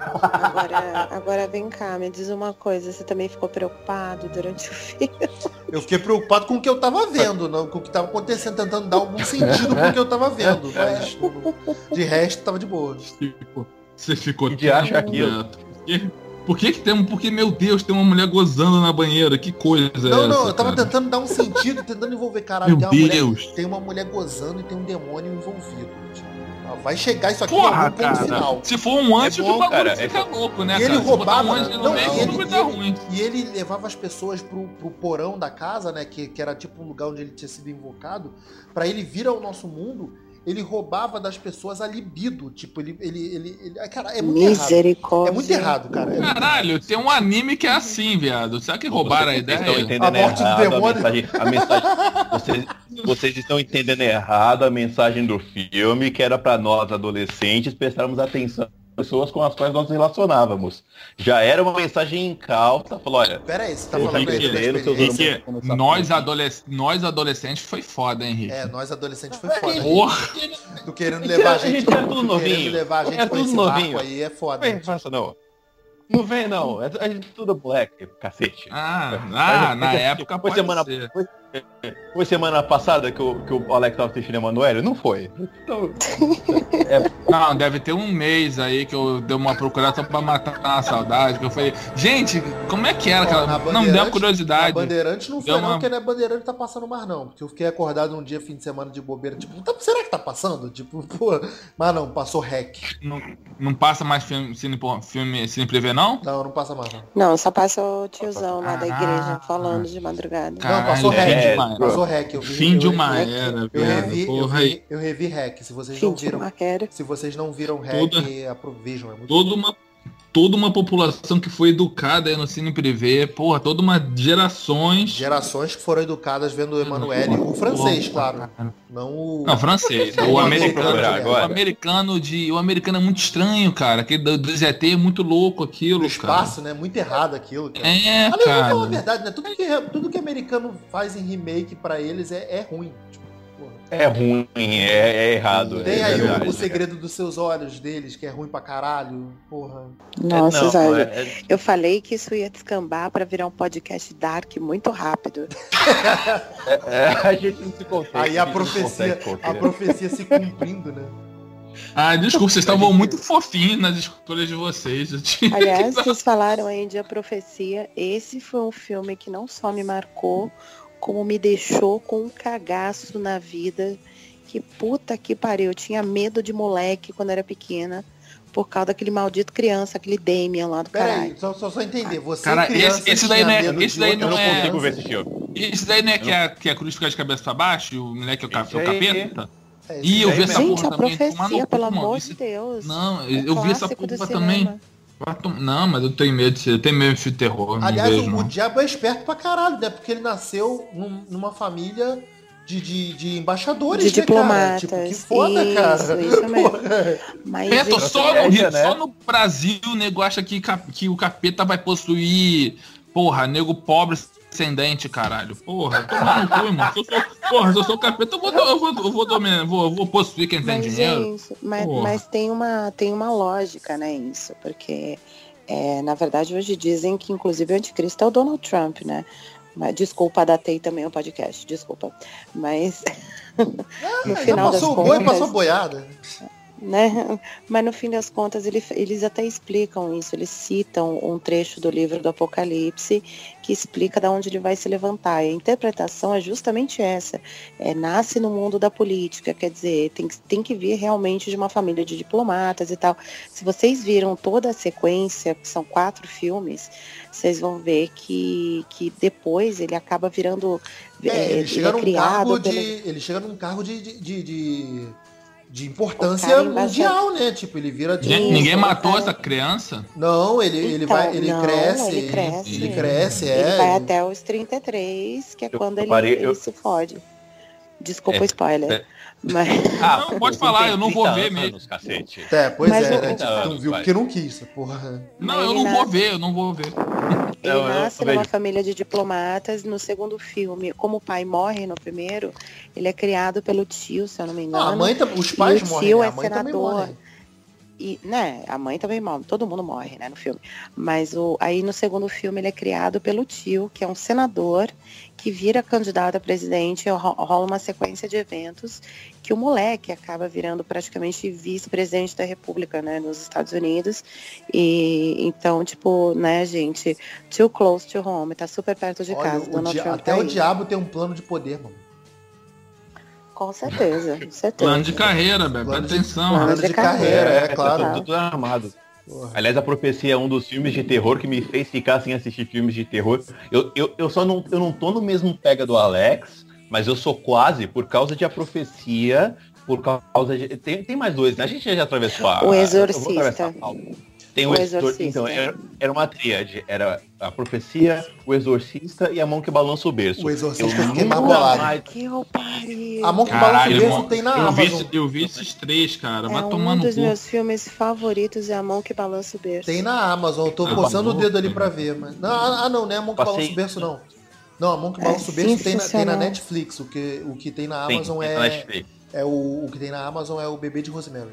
[SPEAKER 4] Agora vem cá, me diz uma coisa, você também ficou preocupado durante o filme?
[SPEAKER 1] Eu fiquei preocupado com o que eu tava vendo, não, com o que tava acontecendo, tentando dar algum sentido com o que eu tava vendo. Mas de resto tava de boa.
[SPEAKER 2] Você ficou
[SPEAKER 3] de acha aquilo.
[SPEAKER 2] Porque, meu Deus, tem uma mulher gozando na banheira. Que coisa é essa?
[SPEAKER 1] Não, eu tava tentando dar um sentido, tentando envolver, caralho. Tem uma mulher gozando e tem um demônio envolvido. Tipo, vai chegar isso aqui no ponto final.
[SPEAKER 2] Se for um anjo, o bagulho fica louco, né,
[SPEAKER 1] e ele roubava,
[SPEAKER 2] e
[SPEAKER 1] ele levava as pessoas pro porão da casa, né, que era tipo um lugar onde ele tinha sido invocado, pra ele vir ao nosso mundo ele roubava das pessoas a libido. Tipo, cara, é muito errado.
[SPEAKER 4] Misericórdia.
[SPEAKER 1] É muito errado, cara.
[SPEAKER 2] Caralho, tem um anime que é assim, viado. Será que roubaram a ideia?
[SPEAKER 3] Estão entendendo
[SPEAKER 1] A morte do
[SPEAKER 3] errado
[SPEAKER 1] demônio.
[SPEAKER 3] a mensagem. Vocês estão entendendo errado a mensagem do filme, que era para nós, adolescentes, prestarmos atenção às pessoas com as quais nós nos relacionávamos. Já era uma mensagem incauta, falou, olha...
[SPEAKER 1] Pera aí, você tá
[SPEAKER 3] eu
[SPEAKER 1] falando
[SPEAKER 3] vi
[SPEAKER 1] aí da
[SPEAKER 3] primeiro, seus
[SPEAKER 1] experiência?
[SPEAKER 2] Henrique,
[SPEAKER 3] hormônios começaram
[SPEAKER 2] nós adolescentes foi foda, hein, Henrique?
[SPEAKER 1] Nós adolescentes foi foda.
[SPEAKER 2] Porra!
[SPEAKER 1] Tu querendo levar a gente...
[SPEAKER 3] é tudo
[SPEAKER 1] tu
[SPEAKER 3] novinho.
[SPEAKER 1] querendo levar a gente
[SPEAKER 3] É
[SPEAKER 1] pra
[SPEAKER 3] tudo
[SPEAKER 1] esse
[SPEAKER 3] novinho.
[SPEAKER 1] barco aí é foda.
[SPEAKER 3] Não faça não. Não vem não. A gente tudo black, cacete.
[SPEAKER 2] Na época
[SPEAKER 3] foi
[SPEAKER 2] pode
[SPEAKER 3] semana,
[SPEAKER 2] ser.
[SPEAKER 3] foi semana passada que o Alex tava assistindo Emanuele? Não foi. Então,
[SPEAKER 2] Não, deve ter um mês aí que eu dei uma procurada só pra matar a saudade, que eu falei, gente, como é que era
[SPEAKER 1] Ó, na
[SPEAKER 2] aquela... Não, me
[SPEAKER 1] Bandeirantes-
[SPEAKER 2] deu curiosidade.
[SPEAKER 1] Na Bandeirante não foi
[SPEAKER 2] Deu
[SPEAKER 1] não,
[SPEAKER 2] uma-
[SPEAKER 1] porque não é Bandeirante que tá passando mais não. Porque eu fiquei acordado um dia, fim de semana de bobeira, tipo, será que tá passando? Tipo, pô... Mas não, passou REC.
[SPEAKER 2] Não passa mais filme privê, não?
[SPEAKER 1] Não passa mais não.
[SPEAKER 4] Não, só passa o tiozão lá da
[SPEAKER 2] Ah.
[SPEAKER 4] igreja falando de madrugada.
[SPEAKER 1] Não, passou
[SPEAKER 2] Caralho,
[SPEAKER 1] REC.
[SPEAKER 2] demais.
[SPEAKER 1] Passou REC. Eu vi,
[SPEAKER 2] Fim de
[SPEAKER 1] eu-
[SPEAKER 2] uma
[SPEAKER 1] eu-
[SPEAKER 2] era,
[SPEAKER 1] Eu
[SPEAKER 2] viado.
[SPEAKER 1] revi,
[SPEAKER 2] Porra, aí.
[SPEAKER 1] eu revi REC. Se vocês
[SPEAKER 4] Fim
[SPEAKER 1] não
[SPEAKER 4] de
[SPEAKER 1] viram...
[SPEAKER 4] uma era.
[SPEAKER 1] Se vocês não viram REC,
[SPEAKER 2] Toda-
[SPEAKER 1] vejam. É muito
[SPEAKER 2] Toda uma população que foi educada aí no cine privê, porra, toda uma gerações...
[SPEAKER 1] Gerações que foram educadas vendo o Emanuele, o francês, claro. Não o...
[SPEAKER 2] Não, francês.
[SPEAKER 1] Não,
[SPEAKER 2] O
[SPEAKER 1] americano,
[SPEAKER 2] americano, o americano é muito estranho, cara. Aquele do ZT é muito louco aquilo,
[SPEAKER 1] No
[SPEAKER 2] cara.
[SPEAKER 1] espaço, né? Muito errado aquilo, cara.
[SPEAKER 2] É,
[SPEAKER 1] Aliás, vamos falar a
[SPEAKER 2] cara.
[SPEAKER 1] verdade, né? Tudo que americano faz em remake pra eles é ruim. Tipo, porra.
[SPEAKER 3] é ruim, é errado.
[SPEAKER 1] Tem
[SPEAKER 3] é
[SPEAKER 1] aí
[SPEAKER 3] verdade,
[SPEAKER 1] o segredo dos seus olhos deles, que é ruim pra caralho. Porra.
[SPEAKER 4] Nossa,
[SPEAKER 3] Não,
[SPEAKER 4] Zé,
[SPEAKER 3] é-
[SPEAKER 4] eu falei que isso ia descambar pra virar um podcast dark muito rápido.
[SPEAKER 3] a gente não se consegue.
[SPEAKER 1] Aí a
[SPEAKER 3] gente não
[SPEAKER 1] profecia,
[SPEAKER 3] consegue
[SPEAKER 1] a profecia se cumprindo, né?
[SPEAKER 2] Ah, desculpa, vocês estavam muito fofinhos nas escolhas de vocês. Eu tinha-
[SPEAKER 4] Aliás, vocês falaram aí de A Profecia. Esse foi um filme que não só me marcou, como me deixou com um cagaço na vida. Que puta que pariu. Eu tinha medo de moleque quando era pequena. Por causa daquele maldito criança, aquele Damian lá do
[SPEAKER 1] Pera
[SPEAKER 4] caralho.
[SPEAKER 1] aí, só entender. Você
[SPEAKER 2] Cara,
[SPEAKER 1] criança
[SPEAKER 2] esse daí
[SPEAKER 1] tinha
[SPEAKER 2] não é-
[SPEAKER 1] medo
[SPEAKER 2] esse
[SPEAKER 1] de
[SPEAKER 2] daí
[SPEAKER 1] outra
[SPEAKER 3] Eu não
[SPEAKER 2] não é-
[SPEAKER 3] consigo ver
[SPEAKER 1] criança?
[SPEAKER 3] esse filme.
[SPEAKER 2] Esse daí não é que a cruz fica de cabeça pra baixo e o moleque é o
[SPEAKER 3] Esse aí.
[SPEAKER 2] capeta?
[SPEAKER 1] É,
[SPEAKER 2] Ih, eu vi
[SPEAKER 3] aí
[SPEAKER 2] essa
[SPEAKER 3] mesmo.
[SPEAKER 4] Gente,
[SPEAKER 2] porra
[SPEAKER 4] A
[SPEAKER 2] também. tomar no
[SPEAKER 4] Profecia,
[SPEAKER 2] cu,
[SPEAKER 4] pelo
[SPEAKER 2] mano.
[SPEAKER 4] amor
[SPEAKER 2] Isso-
[SPEAKER 4] de Deus.
[SPEAKER 2] Não,
[SPEAKER 4] Um
[SPEAKER 2] eu vi essa
[SPEAKER 4] clássico do
[SPEAKER 2] porra
[SPEAKER 4] cinema.
[SPEAKER 2] também. Não, mas eu tenho medo de filme de terror.
[SPEAKER 1] Aliás,
[SPEAKER 2] não vejo,
[SPEAKER 1] o
[SPEAKER 2] não.
[SPEAKER 1] diabo é esperto pra caralho, né? Porque ele nasceu numa família de embaixadores,
[SPEAKER 4] De
[SPEAKER 1] né, cara?
[SPEAKER 4] diplomatas.
[SPEAKER 1] Tipo, que foda,
[SPEAKER 4] Isso,
[SPEAKER 1] cara.
[SPEAKER 4] isso mesmo.
[SPEAKER 1] Porra.
[SPEAKER 4] Mas
[SPEAKER 2] Pensa,
[SPEAKER 4] isso-
[SPEAKER 2] só no,
[SPEAKER 3] estratégia, né?
[SPEAKER 2] só no Brasil o nego acha que o capeta vai possuir, porra, nego pobre sem dente, caralho. Porra, toma no cu, irmão. Se eu sou capeta, eu vou possuir quem tem
[SPEAKER 4] Mas,
[SPEAKER 2] dinheiro.
[SPEAKER 4] gente, mas
[SPEAKER 2] Porra.
[SPEAKER 4] tem uma lógica, né, isso, porque na verdade hoje dizem que inclusive o anticristo é o Donald Trump, né? Mas, desculpa, datei também o podcast, desculpa. Mas no
[SPEAKER 1] Já
[SPEAKER 4] final das
[SPEAKER 1] passou o boi,
[SPEAKER 4] contas,
[SPEAKER 1] passou a boiada.
[SPEAKER 4] né? Mas no fim das contas eles até explicam isso, eles citam um trecho do livro do Apocalipse que explica de onde ele vai se levantar. E a interpretação é justamente essa, nasce no mundo da política, quer dizer, tem que vir realmente de uma família de diplomatas e tal. Se vocês viram toda a sequência, que são 4 filmes, vocês vão ver que depois ele acaba virando
[SPEAKER 1] Ele chega num
[SPEAKER 4] criado
[SPEAKER 1] cargo
[SPEAKER 4] pelo-
[SPEAKER 1] ele chega num cargo de importância
[SPEAKER 4] O cara embaixo-
[SPEAKER 1] mundial, né? Tipo, ele vira de...
[SPEAKER 2] Gente,
[SPEAKER 4] Isso,
[SPEAKER 2] ninguém matou
[SPEAKER 4] cara.
[SPEAKER 2] essa criança?
[SPEAKER 1] Não, ele
[SPEAKER 4] Então,
[SPEAKER 1] vai, ele
[SPEAKER 4] não,
[SPEAKER 1] cresce,
[SPEAKER 4] ele cresce.
[SPEAKER 1] ele cresce,
[SPEAKER 4] Ele vai até os 33, que é
[SPEAKER 3] Eu
[SPEAKER 4] quando ele,
[SPEAKER 3] parei-
[SPEAKER 4] ele
[SPEAKER 3] eu-
[SPEAKER 4] se fode. Desculpa
[SPEAKER 3] É,
[SPEAKER 4] o spoiler.
[SPEAKER 3] é.
[SPEAKER 4] Mas
[SPEAKER 2] Não, pode falar, eu não vou ver mesmo.
[SPEAKER 3] Anos, cacete.
[SPEAKER 1] Pois
[SPEAKER 4] Mas
[SPEAKER 1] é,
[SPEAKER 4] o-
[SPEAKER 1] né? Tipo, tu não viu
[SPEAKER 3] vai.
[SPEAKER 1] porque não quis, porra.
[SPEAKER 2] Não,
[SPEAKER 4] Mas
[SPEAKER 2] eu
[SPEAKER 4] ele
[SPEAKER 2] não vou
[SPEAKER 4] nasce-
[SPEAKER 2] ver, eu não vou ver.
[SPEAKER 4] ele
[SPEAKER 3] Não, eu
[SPEAKER 4] nasce numa
[SPEAKER 3] vejo.
[SPEAKER 4] família de diplomatas. No segundo filme, como o pai morre no primeiro, ele é criado pelo tio, se eu não me engano.
[SPEAKER 1] Não, a mãe, os pais
[SPEAKER 4] E o
[SPEAKER 1] morrem,
[SPEAKER 4] tio
[SPEAKER 1] né?
[SPEAKER 4] é
[SPEAKER 1] A mãe também
[SPEAKER 4] senador.
[SPEAKER 1] morre.
[SPEAKER 4] E, né, a mãe também morre, todo mundo morre, né, no filme. Mas aí no segundo filme ele é criado pelo tio, que é um senador, que vira candidato a presidente, rola uma sequência de eventos que o moleque acaba virando praticamente vice-presidente da República, né, nos Estados Unidos. E então, tipo, né, gente, too close to home, tá super perto de
[SPEAKER 1] Olha,
[SPEAKER 4] casa. Donald Trump
[SPEAKER 1] até
[SPEAKER 4] tá
[SPEAKER 1] o
[SPEAKER 4] aí.
[SPEAKER 1] diabo tem um plano de poder, mano.
[SPEAKER 4] Com certeza, com certeza.
[SPEAKER 2] Plano de carreira, Bebe,
[SPEAKER 1] Plano
[SPEAKER 2] presta
[SPEAKER 1] de-
[SPEAKER 2] atenção.
[SPEAKER 1] plano
[SPEAKER 2] né?
[SPEAKER 1] de carreira, é
[SPEAKER 3] tá
[SPEAKER 1] claro.
[SPEAKER 3] tudo armado.
[SPEAKER 1] Porra.
[SPEAKER 3] Aliás, A Profecia é um dos filmes de terror que me fez ficar sem assistir filmes de terror. Eu só não tô no mesmo pega do Alex, mas eu sou quase, por causa de A Profecia, por causa de... Tem mais dois, né? A gente já atravessou
[SPEAKER 4] O
[SPEAKER 3] eu
[SPEAKER 4] Exorcista.
[SPEAKER 3] vou atravessar a pauta. Tem o Exorcista. Então, era uma tríade. Era a Profecia, o Exorcista e a Mão que Balança o Berço.
[SPEAKER 1] O Exorcista eu fiquei mais bolado.
[SPEAKER 4] Que eu pariu.
[SPEAKER 1] A Mão que Balança o Berço tem na Amazon.
[SPEAKER 2] Eu vi esses três, cara. Vai
[SPEAKER 4] Um
[SPEAKER 2] tomando
[SPEAKER 4] dos
[SPEAKER 2] cu.
[SPEAKER 4] meus filmes favoritos é A Mão que Balança o Berço.
[SPEAKER 1] Tem na Amazon, eu tô coçando o dedo ali pra ver. Mas... não é a Mão que Balança o Berço, não. Não, a Mão que Balança o Berço tem na Netflix. O que tem na Amazon o que tem na Amazon é o Bebê de Rosemary.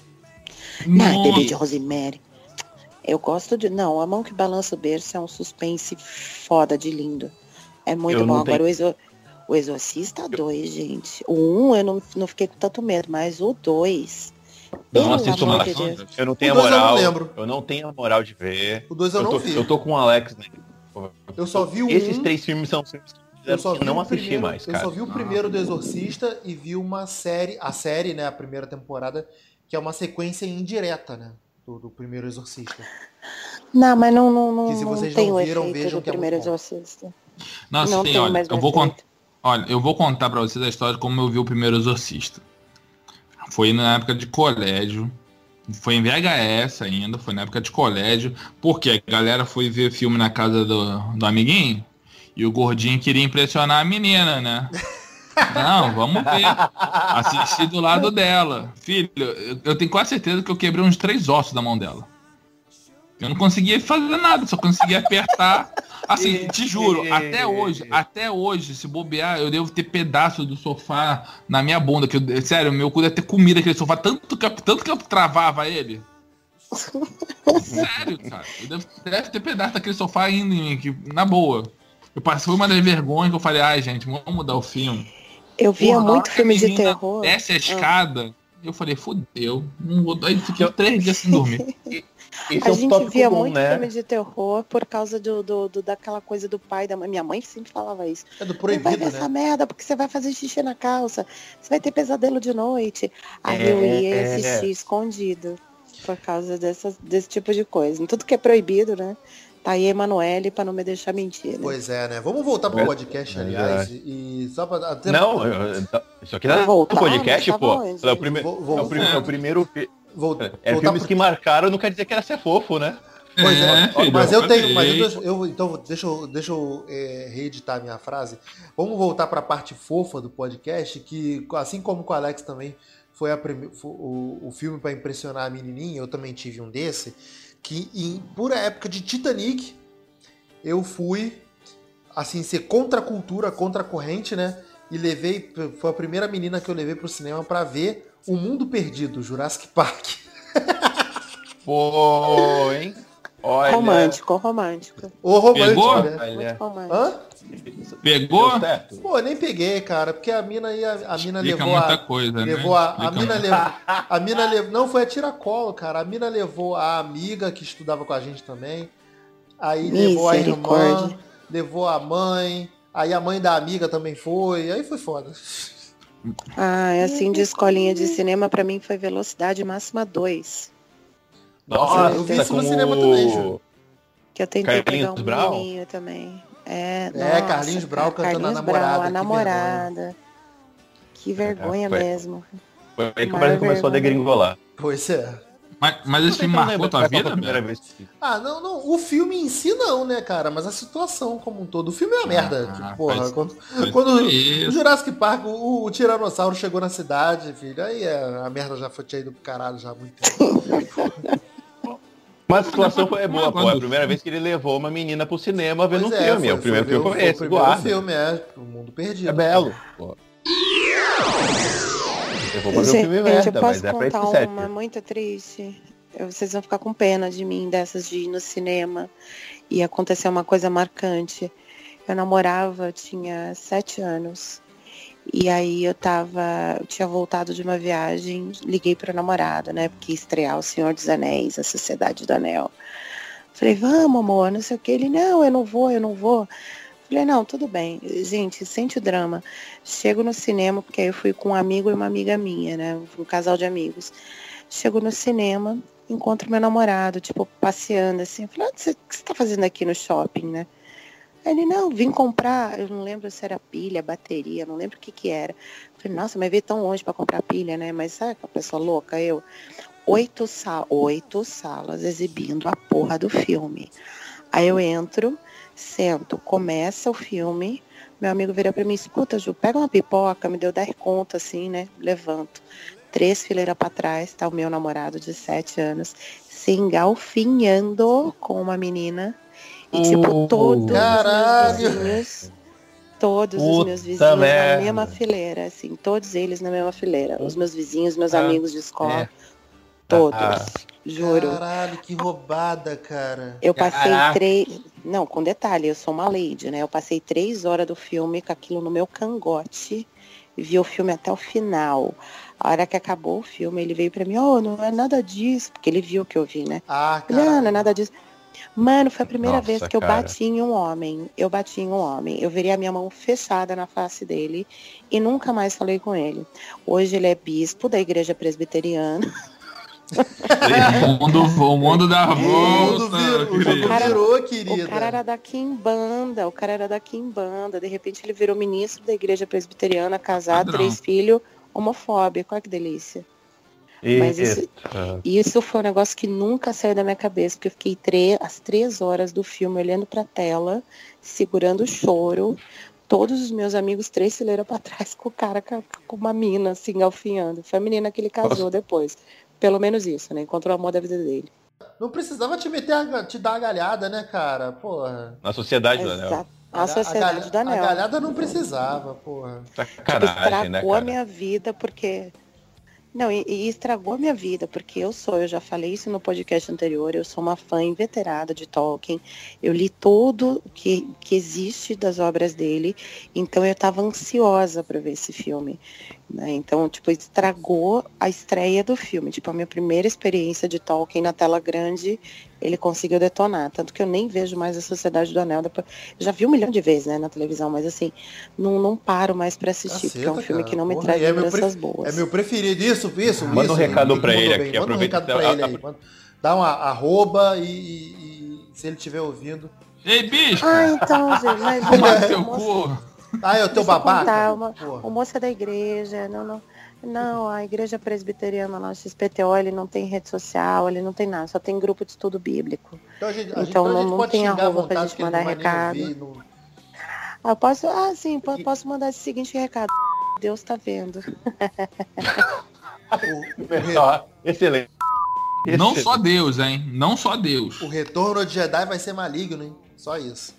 [SPEAKER 4] Não, Bebê de Rosemary. Eu gosto de... Não, A Mão que Balança o Berço é um suspense foda de lindo. É muito bom. Agora o Exorcista 2, gente. O 1 eu não fiquei com tanto medo, mas o 2...
[SPEAKER 3] Não assisto mais. Eu não tenho a moral. Eu não tenho a moral de ver.
[SPEAKER 1] O 2 eu não vi.
[SPEAKER 3] Eu tô com o Alex, né?
[SPEAKER 1] Eu só vi o
[SPEAKER 3] Esses 3 filmes são filmes que eu não assisti mais, cara.
[SPEAKER 1] Eu só vi o primeiro do Exorcista e vi uma série, né, a primeira temporada, que é uma sequência indireta, né, do primeiro Exorcista.
[SPEAKER 4] Não, mas não
[SPEAKER 1] que se vocês
[SPEAKER 4] tem
[SPEAKER 1] não
[SPEAKER 4] o
[SPEAKER 1] viram,
[SPEAKER 4] efeito
[SPEAKER 1] vejam
[SPEAKER 4] do
[SPEAKER 1] que é
[SPEAKER 4] primeiro
[SPEAKER 1] muito bom.
[SPEAKER 4] Exorcista.
[SPEAKER 2] Nossa,
[SPEAKER 4] Não
[SPEAKER 2] sim,
[SPEAKER 4] tem
[SPEAKER 2] olha,
[SPEAKER 4] mais
[SPEAKER 2] eu vou contar pra vocês a história de como eu vi o primeiro Exorcista. Foi na época de colégio. Foi em VHS ainda, foi na época de colégio. Porque a galera foi ver filme na casa do amiguinho. E o gordinho queria impressionar a menina, né? Não, vamos ver. Assistir do lado dela. Filho, eu tenho quase certeza que eu quebrei uns 3 ossos da mão dela. Eu não conseguia fazer nada, só conseguia apertar. Assim, te juro, até hoje, se bobear, eu devo ter pedaço do sofá na minha bunda. Sério, meu cu deve ter comido aquele sofá, tanto que eu travava ele. Sério, cara. Deve ter pedaço daquele sofá indo em mim, que, na boa. Foi uma das vergonhas que eu falei, ai gente, vamos mudar o filme.
[SPEAKER 4] Eu via muito filme de terror.
[SPEAKER 2] Desce a escada, eu falei, fudeu. Não vou. Aí fiquei 3 dias sem dormir.
[SPEAKER 4] A gente via muito filme de terror por causa daquela coisa do pai da mãe. Minha mãe sempre falava isso.
[SPEAKER 1] É do proibido,
[SPEAKER 4] não vai ver essa merda porque você vai fazer xixi na calça. Você vai ter pesadelo de noite. Aí eu ia assistir escondido por causa desse tipo de coisa. Tudo que é proibido, né? Tá aí a Emanuele pra não me deixar mentir. Né?
[SPEAKER 1] Pois é, né? Vamos voltar pro podcast, aliás. E só pra...
[SPEAKER 3] Não, isso aqui não é um podcast, pô. É o primeiro... filmes que marcaram, não quer dizer que era ser fofo, né?
[SPEAKER 1] Pois é, mas eu tenho... Então, deixa eu reeditar a minha frase. Vamos voltar pra parte fofa do podcast, que assim como com o Alex também foi o filme pra impressionar a menininha, eu também tive um desse, que em pura época de Titanic, eu fui, assim, ser contra a cultura, contra a corrente, né? E foi a primeira menina que eu levei pro cinema pra ver O Mundo Perdido, Jurassic Park.
[SPEAKER 3] Pô, hein? Olha.
[SPEAKER 4] Romântico.
[SPEAKER 1] O romântico,
[SPEAKER 2] pegou?
[SPEAKER 1] né?
[SPEAKER 4] Romântico.
[SPEAKER 1] Hã?
[SPEAKER 2] Pegou?
[SPEAKER 1] Pô, nem peguei, cara, porque a mina levou
[SPEAKER 2] muita coisa,
[SPEAKER 1] levou
[SPEAKER 2] né?
[SPEAKER 1] A mina levou, não, foi a tiracolo, cara. A mina levou a amiga que estudava com a gente também. Aí levou a irmã, levou a mãe, aí a mãe da amiga também foi, aí foi foda.
[SPEAKER 4] Assim, de escolinha de cinema, pra mim foi Velocidade Máxima 2.
[SPEAKER 3] Nossa,
[SPEAKER 1] eu vi isso no cinema também, Ju.
[SPEAKER 4] Que eu tentei
[SPEAKER 3] Carlinhos
[SPEAKER 4] pegar um
[SPEAKER 3] Brau?
[SPEAKER 4] menininho também.
[SPEAKER 1] Carlinhos Brau cantando a namorada.
[SPEAKER 4] A namorada. Que vergonha mesmo.
[SPEAKER 3] Foi aí que o Brasil começou a degringolar.
[SPEAKER 1] Pois é.
[SPEAKER 2] Mas esse filme marcou tua vida,
[SPEAKER 3] primeira
[SPEAKER 2] velho?
[SPEAKER 3] vez.
[SPEAKER 1] Não. O filme em si não, né, cara? Mas a situação como um todo. O filme é uma merda. Tipo, porra, quando o Jurassic Park, o Tiranossauro chegou na cidade, filho, aí a merda já foi tinha ido pro caralho já há muito tempo.
[SPEAKER 3] Mas a situação foi boa, pô. É a primeira vez que ele levou uma menina pro cinema vendo um filme. O primeiro filme foi esse,
[SPEAKER 1] o primeiro filme, O Mundo Perdido.
[SPEAKER 3] É belo, pô. Eu vou fazer um filme merda, mas é pra isso que serve.
[SPEAKER 4] Uma muito triste. Vocês vão ficar com pena de mim, dessas de ir no cinema. E aconteceu uma coisa marcante. Eu namorava, tinha 7 anos. E aí eu tinha voltado de uma viagem, liguei pro namorado, né? Porque ia estrear O Senhor dos Anéis, A Sociedade do Anel. Falei, vamos, amor, não sei o que. Ele, não, eu não vou. Falei, não, tudo bem. Gente, sente o drama. Chego no cinema, porque aí eu fui com um amigo e uma amiga minha, né? Um casal de amigos. Chego no cinema, encontro meu namorado, tipo, passeando assim. Falei, o que você tá fazendo aqui no shopping, né? Aí ele, não, vim comprar, eu não lembro se era pilha, bateria, não lembro o que era. Eu falei, nossa, mas veio tão longe pra comprar pilha, né? Mas sabe aquela pessoa louca? Eu, 8 salas exibindo a porra do filme. Aí eu entro, sento, começa o filme, meu amigo vira pra mim, escuta, Ju, pega uma pipoca, me deu 10 conto, assim, né? Levanto. 3 fileiras pra trás, tá o meu namorado de 7 anos, se engalfinhando com uma menina. E tipo, todos os meus vizinhos na mesma fileira, assim, todos eles na mesma fileira. Os meus vizinhos, meus amigos de escola, todos, juro.
[SPEAKER 1] Caralho, que roubada, cara.
[SPEAKER 4] Eu passei 3... Não, com detalhe, eu sou uma lady, né? Eu passei 3 horas do filme com aquilo no meu cangote, vi o filme até o final. A hora que acabou o filme, ele veio pra mim, não é nada disso, porque ele viu o que eu vi, né? Não é nada disso. Mano, foi a primeira vez que eu bati em um homem. Eu virei a minha mão fechada na face dele e nunca mais falei com ele. Hoje ele é bispo da igreja presbiteriana.
[SPEAKER 2] O mundo dá volta.
[SPEAKER 1] Virou, querida.
[SPEAKER 4] O cara era da Quimbanda. De repente ele virou ministro da igreja presbiteriana, casado,
[SPEAKER 2] Padrão.
[SPEAKER 4] 3 filhos, homofóbico. Olha que delícia. Mas isso foi um negócio que nunca saiu da minha cabeça, porque eu fiquei as 3 horas do filme olhando pra tela, segurando o choro, todos os meus amigos 3 fileiras pra trás com o cara, com uma mina, assim, engalfinhando. Foi a menina que ele casou depois. Pelo menos isso, né? Encontrou o amor da vida dele.
[SPEAKER 1] Não precisava te dar a galhada, né, cara? Porra.
[SPEAKER 3] Na Sociedade do Anel.
[SPEAKER 4] A Sociedade do Anel.
[SPEAKER 1] A galhada não precisava, porra.
[SPEAKER 3] Sacanagem,
[SPEAKER 4] estragou,
[SPEAKER 3] né, cara?
[SPEAKER 4] a minha vida, porque... Não, e estragou a minha vida, porque eu já falei isso no podcast anterior, eu sou uma fã inveterada de Tolkien, eu li tudo que existe das obras dele, então eu estava ansiosa para ver esse filme, né? Então, tipo, estragou a estreia do filme, tipo, a minha primeira experiência de Tolkien na tela grande, ele conseguiu detonar, tanto que eu nem vejo mais a Sociedade do Anel, depois, eu já vi 1 milhão de vezes, né, na televisão, mas assim, não paro mais para assistir, porque é um filme que não me traz lembranças boas.
[SPEAKER 1] É meu preferido, isso.
[SPEAKER 3] Manda um recado pra ele aqui,
[SPEAKER 1] manda um recado pra ele aí. Dá uma arroba e se ele estiver ouvindo.
[SPEAKER 2] Ei, bicho!
[SPEAKER 4] Então, gente, mas
[SPEAKER 2] Toma seu cu!
[SPEAKER 1] É o teu babaca?
[SPEAKER 4] O moço é da igreja, não, a igreja presbiteriana lá, o XPTO, ele não tem rede social, ele não tem nada, só tem grupo de estudo bíblico. Então não tem arroba pra gente mandar recado. Eu posso, sim, posso mandar esse seguinte recado. Deus tá vendo.
[SPEAKER 3] Excelente.
[SPEAKER 2] Não só Deus, hein? Não só Deus.
[SPEAKER 1] O retorno de Jedi vai ser maligno, hein? Só isso.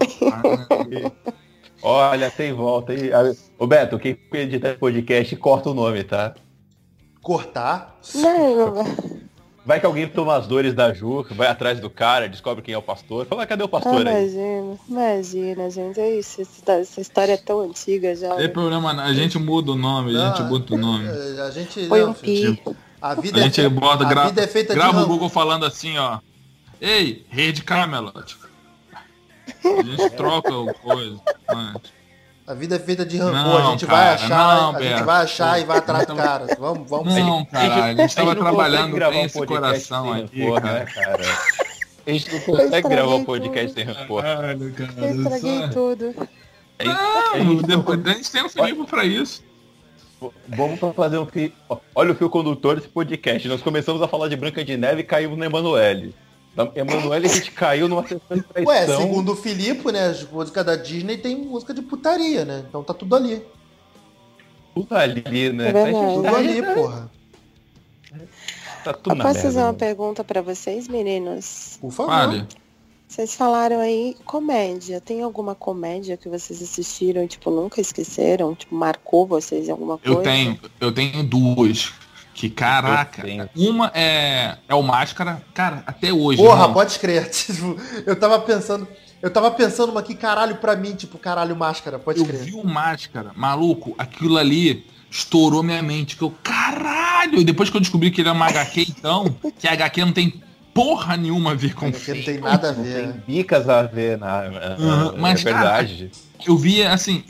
[SPEAKER 3] Olha, tem volta aí. Ô Beto, quem editar podcast corta o nome, tá?
[SPEAKER 1] Cortar?
[SPEAKER 4] Não,
[SPEAKER 3] vai que alguém toma as dores da Ju, vai atrás do cara, descobre quem é o pastor. Fala, cadê o pastor aí?
[SPEAKER 4] Imagina, gente. É isso. Essa história é tão antiga já.
[SPEAKER 2] Não tem problema, a gente muda o nome, a gente muda o nome.
[SPEAKER 1] A gente...
[SPEAKER 4] Foi um pi.
[SPEAKER 1] A vida
[SPEAKER 2] a gente bota,
[SPEAKER 1] vida é feita
[SPEAKER 2] grava
[SPEAKER 1] de
[SPEAKER 2] o Google falando assim, ó. Ei, Rede Camelot. A gente troca o coisa. Mas...
[SPEAKER 1] A vida é feita de rancor, a gente vai achar e vai atrás do cara. Vamos.
[SPEAKER 2] Não, cara, a gente tava trabalhando bem esse coração aqui,
[SPEAKER 3] cara. A gente não consegue gravar um podcast sem rancor.
[SPEAKER 2] Caralho, cara.
[SPEAKER 4] Eu estraguei tudo.
[SPEAKER 2] Não, depois a gente tem um Filipe pra isso.
[SPEAKER 3] Vamos fazer um fio. Olha o fio condutor desse podcast. Nós começamos a falar de Branca de Neve e caímos no Emanuele. Da Emanuele a gente caiu numa sessão de traição.
[SPEAKER 1] Ué, segundo o Filipe, né, as músicas da Disney tem música de putaria, né? Então tá tudo ali.
[SPEAKER 3] Tudo ali, né?
[SPEAKER 1] Tudo ali, porra.
[SPEAKER 3] Tá tudo na
[SPEAKER 4] posso
[SPEAKER 3] merda,
[SPEAKER 4] fazer uma
[SPEAKER 3] né?
[SPEAKER 4] pergunta pra vocês, meninos?
[SPEAKER 1] Por favor.
[SPEAKER 2] Vale.
[SPEAKER 4] Vocês falaram aí comédia. Tem alguma comédia que vocês assistiram e, tipo, nunca esqueceram? Tipo, marcou vocês em alguma coisa?
[SPEAKER 2] Eu tenho 2. Que caraca. Uma é o Máscara. Cara, até hoje.
[SPEAKER 1] Porra,
[SPEAKER 2] irmão.
[SPEAKER 1] pode crer. Tipo, eu tava pensando uma que caralho pra mim, tipo, caralho, Máscara, pode crer.
[SPEAKER 2] Eu vi o Máscara, maluco, aquilo ali estourou minha mente. Que eu, caralho! E depois que eu descobri que ele é uma HQ, então, que a HQ não tem porra nenhuma a ver com o
[SPEAKER 1] filme. Não tem nada a ver.
[SPEAKER 3] Tem bicas a ver,
[SPEAKER 2] mas,
[SPEAKER 3] é verdade.
[SPEAKER 2] Cara, eu vi, assim,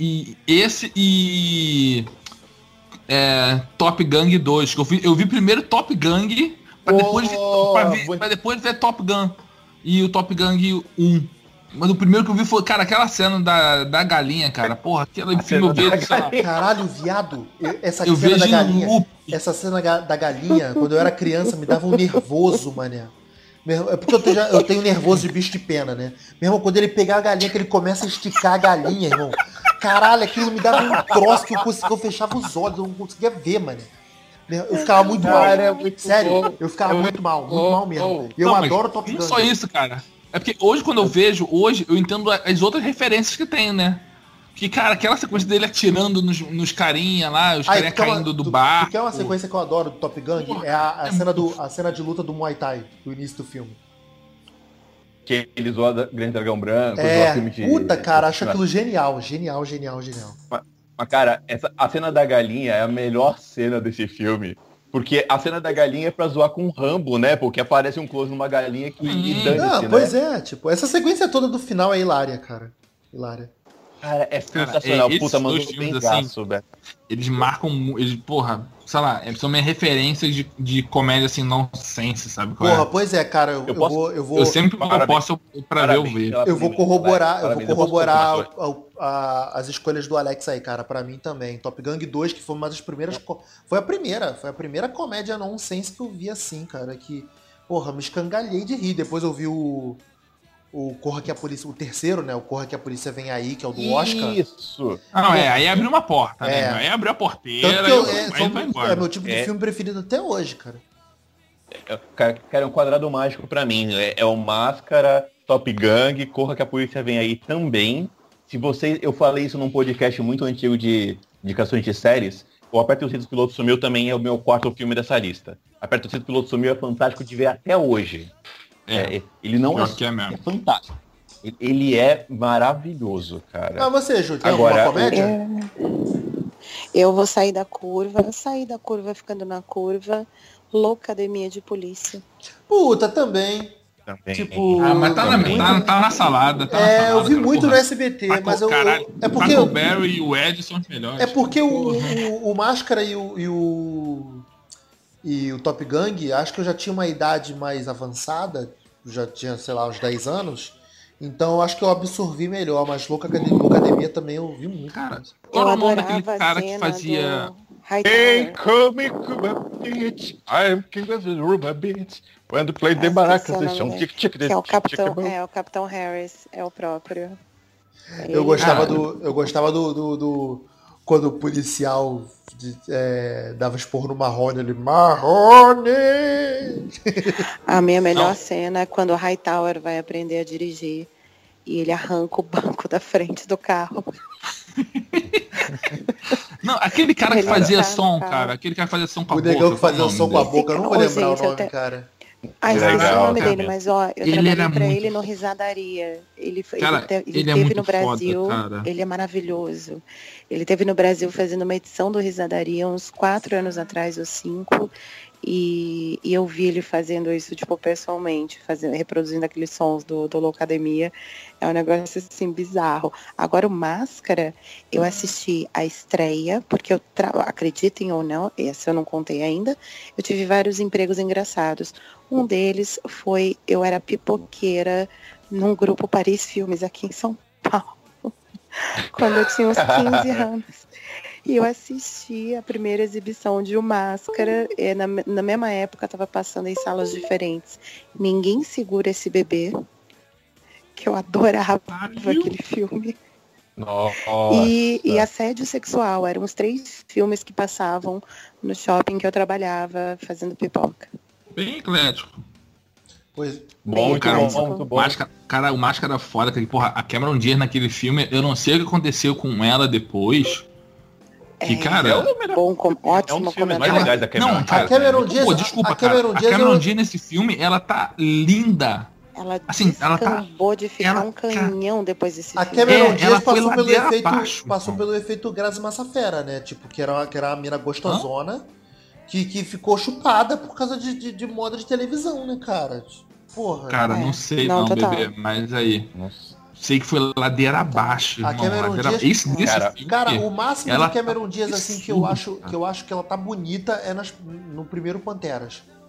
[SPEAKER 2] Top Gang 2. Que eu vi primeiro Top Gang pra depois ver Top Gun. E o Top Gang 1. Mas o primeiro que eu vi foi, cara, aquela cena da galinha, cara. Porra, aquele filme eu vejo, sei lá.
[SPEAKER 1] Caralho, viado. Essa
[SPEAKER 2] Eu
[SPEAKER 1] cena
[SPEAKER 2] vejo
[SPEAKER 1] da
[SPEAKER 2] em
[SPEAKER 1] galinha.
[SPEAKER 2] loop.
[SPEAKER 1] Essa cena da galinha, quando eu era criança, me dava um nervoso, mané. É porque eu tenho nervoso de bicho de pena, né? Mesmo quando ele pegar a galinha, que ele começa a esticar a galinha, irmão. Caralho, aquilo me dava um troço que eu fechava os olhos, eu não conseguia ver, mané. Eu ficava muito mal. Sério, eu ficava muito mal mesmo. E eu
[SPEAKER 2] Não,
[SPEAKER 1] adoro
[SPEAKER 2] mas
[SPEAKER 1] Top Gun.
[SPEAKER 2] não só isso, cara. É porque hoje, quando eu vejo, eu entendo as outras referências que tem, né? Que, cara, aquela sequência dele atirando nos carinha lá, os carinha caindo do bar.
[SPEAKER 1] Porque é uma sequência que eu adoro do Top Gun, é a cena de luta do Muay Thai, do início do filme.
[SPEAKER 3] Que ele zoa Grande Dragão Branco,
[SPEAKER 1] É,
[SPEAKER 3] filme de...
[SPEAKER 1] puta, cara, acho aquilo genial.
[SPEAKER 3] Mas, cara, a cena da galinha é a melhor cena desse filme. Porque a cena da galinha é pra zoar com o Rambo, né? Porque aparece um close numa galinha que e dane-se,
[SPEAKER 1] pois
[SPEAKER 3] né?
[SPEAKER 1] tipo, essa sequência toda do final é hilária, cara. Hilária.
[SPEAKER 3] Cara, é sensacional. Puta, mandou bem gaço, velho.
[SPEAKER 2] Eles marcam, porra, sei lá, são minhas referências de comédia assim, nonsense, sabe?
[SPEAKER 1] Porra, pois é, cara, eu vou.
[SPEAKER 2] Eu sempre que eu posso pra ver, eu ver.
[SPEAKER 1] Eu vou corroborar as escolhas do Alex aí, cara, pra mim também. Top Gun 2, que foi uma das primeiras. Foi a primeira comédia nonsense que eu vi assim, cara. Que, porra, me escangalhei de rir. Depois eu vi o Corra que a Polícia, o terceiro, né? O Corra que a Polícia Vem Aí, que é o do Oscar.
[SPEAKER 3] Isso.
[SPEAKER 2] Não, aí abriu uma porta, né? Aí abriu a porteira e vai embora.
[SPEAKER 1] É meu tipo de filme preferido até hoje, cara.
[SPEAKER 3] Cara, é um quadrado mágico pra mim. É o Máscara, Top Gun, Corra que a Polícia Vem Aí também. Eu falei isso num podcast muito antigo de indicações de séries. O Aperta os Cintos, Piloto Sumiu também é o meu quarto filme dessa lista. Aperta os Cintos, Piloto Sumiu é fantástico de ver até hoje. Ele não é fantástico. Ele é maravilhoso, cara.
[SPEAKER 1] Mas você, Ju, tem alguma comédia?
[SPEAKER 4] Eu vou sair da curva ficando na curva. Loucademia de Polícia.
[SPEAKER 1] Puta, também. Tipo,
[SPEAKER 2] mas tá na salada.
[SPEAKER 1] Eu vi muito no SBT, mas eu... É porque
[SPEAKER 2] o Barry e o Ed são os melhores.
[SPEAKER 1] É porque o Máscara e o Top Gun, acho que eu já tinha uma idade mais avançada, já tinha, sei lá, uns 10 anos, então eu acho que eu absorvi melhor, mas Loucademia também eu vi muito.
[SPEAKER 2] Cara, qual é o nome daquele cara que fazia...
[SPEAKER 3] Hey, come bitch, I'm king of the rumba bitch. When the play the baracas,
[SPEAKER 4] que é o Capitão Harris, é o próprio.
[SPEAKER 1] Eu gostava do quando o policial dava esporro no Marrone, ele... Marrone!
[SPEAKER 4] A minha melhor cena é quando o Hightower vai aprender a dirigir e ele arranca o banco da frente do carro.
[SPEAKER 2] Não, aquele cara que fazia som, cara. Aquele cara que fazia som com a boca.
[SPEAKER 1] O negão que fazia som com a boca, eu não vou lembrar o nome, cara.
[SPEAKER 4] Esqueci o nome dele, mas eu trabalhei pra
[SPEAKER 2] muito...
[SPEAKER 4] ele no Risadaria. Ele
[SPEAKER 2] teve
[SPEAKER 4] no Brasil,
[SPEAKER 2] foda,
[SPEAKER 4] ele é maravilhoso. Ele teve no Brasil fazendo uma edição do Risadaria uns 4 anos atrás, ou 5. E eu vi ele fazendo isso, tipo, pessoalmente, reproduzindo aqueles sons do Loucademia. É um negócio, assim, bizarro. Agora, o Máscara, eu assisti a estreia, porque acreditem ou não, essa eu não contei ainda, eu tive vários empregos engraçados. Um deles foi, eu era pipoqueira num grupo Paris Filmes, aqui em São Paulo, quando eu tinha uns 15 anos. E eu assisti a primeira exibição de O Máscara, na mesma época estava passando em salas diferentes. Ninguém Segura Esse Bebê, que eu adorava aquele filme.
[SPEAKER 3] Nossa.
[SPEAKER 4] E Assédio Sexual, eram os 3 filmes que passavam no shopping que eu trabalhava fazendo pipoca.
[SPEAKER 2] Bem eclético.
[SPEAKER 1] Pois,
[SPEAKER 3] muito bom.
[SPEAKER 2] O Máscara foda, que, porra, a Cameron Diaz naquele filme, eu não sei o que aconteceu com ela depois. Que, cara,
[SPEAKER 4] ótimo
[SPEAKER 3] comentário.
[SPEAKER 1] A Cameron Diaz,
[SPEAKER 2] desculpa, a Cameron Diaz nesse filme, ela tá linda.
[SPEAKER 4] Ela descambou de ficar um canhão depois desse filme.
[SPEAKER 1] A Cameron Diaz passou pelo efeito Grazi Massafera, né? Tipo, que era a mina gostosona que ficou chupada por causa de moda de televisão, né, cara? Porra.
[SPEAKER 2] Cara, não sei não, bebê, mas aí... Nossa. Sei que foi ladeira abaixo,
[SPEAKER 1] a Cameron Diaz, cara, o máximo
[SPEAKER 2] ela
[SPEAKER 1] de Cameron Diaz, assim, que eu acho que ela tá bonita é no primeiro Panteras.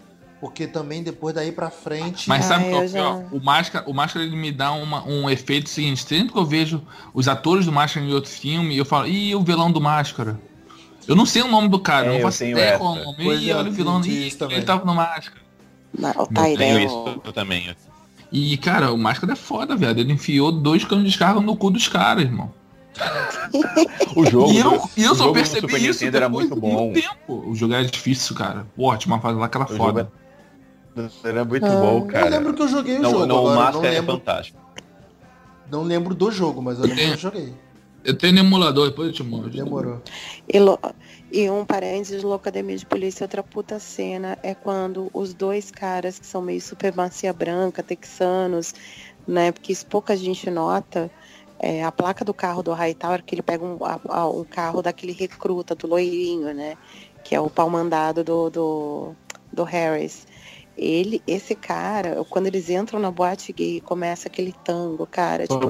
[SPEAKER 1] Porque também depois daí pra frente...
[SPEAKER 2] Mas sabe qual é
[SPEAKER 4] eu
[SPEAKER 2] o pior? O Máscara ele me dá um efeito seguinte. Sempre que eu vejo os atores do Máscara em outro filme, eu falo, ih, o vilão do Máscara. Eu não sei o nome do cara, eu não faço ideia qual é o nome.
[SPEAKER 1] Pois
[SPEAKER 2] Ih,
[SPEAKER 1] é,
[SPEAKER 2] olha o vilão,
[SPEAKER 1] entendi
[SPEAKER 2] ih,
[SPEAKER 1] isso também.
[SPEAKER 2] ele tava no Máscara.
[SPEAKER 4] O
[SPEAKER 3] Tenho
[SPEAKER 4] Tyrell.
[SPEAKER 3] isso também.
[SPEAKER 2] E, cara, o Máscara é foda, velho. Ele enfiou 2 canos de descarga no cu dos caras, irmão.
[SPEAKER 3] O jogo,
[SPEAKER 2] E eu
[SPEAKER 3] o
[SPEAKER 2] só
[SPEAKER 3] jogo
[SPEAKER 2] percebi
[SPEAKER 3] do Super
[SPEAKER 2] isso
[SPEAKER 3] Nintendo era
[SPEAKER 2] depois
[SPEAKER 3] muito
[SPEAKER 2] de muito
[SPEAKER 3] bom.
[SPEAKER 2] tempo. O jogo era difícil, cara. Pô, tinha uma fase lá que era
[SPEAKER 3] O
[SPEAKER 2] foda.
[SPEAKER 3] Era muito bom, cara.
[SPEAKER 1] Eu lembro que eu joguei o
[SPEAKER 3] Não,
[SPEAKER 1] jogo,
[SPEAKER 3] não, o
[SPEAKER 1] agora eu
[SPEAKER 3] Máscara
[SPEAKER 1] não
[SPEAKER 3] é
[SPEAKER 1] lembro,
[SPEAKER 3] fantástico.
[SPEAKER 1] não lembro do jogo, mas eu lembro que eu joguei.
[SPEAKER 2] Eu tenho no emulador, depois eu te mostro.
[SPEAKER 1] Demorou.
[SPEAKER 4] E um parênteses, Loucademia de Polícia, outra puta cena é quando os 2 caras que são meio supremacia branca, texanos, né? Porque isso pouca gente nota. A placa do carro do Hightower, que ele pega um carro daquele recruta, do loirinho, né? Que é o pau mandado do Harris. Esse cara, quando eles entram na boate gay, começa aquele tango, cara, tipo,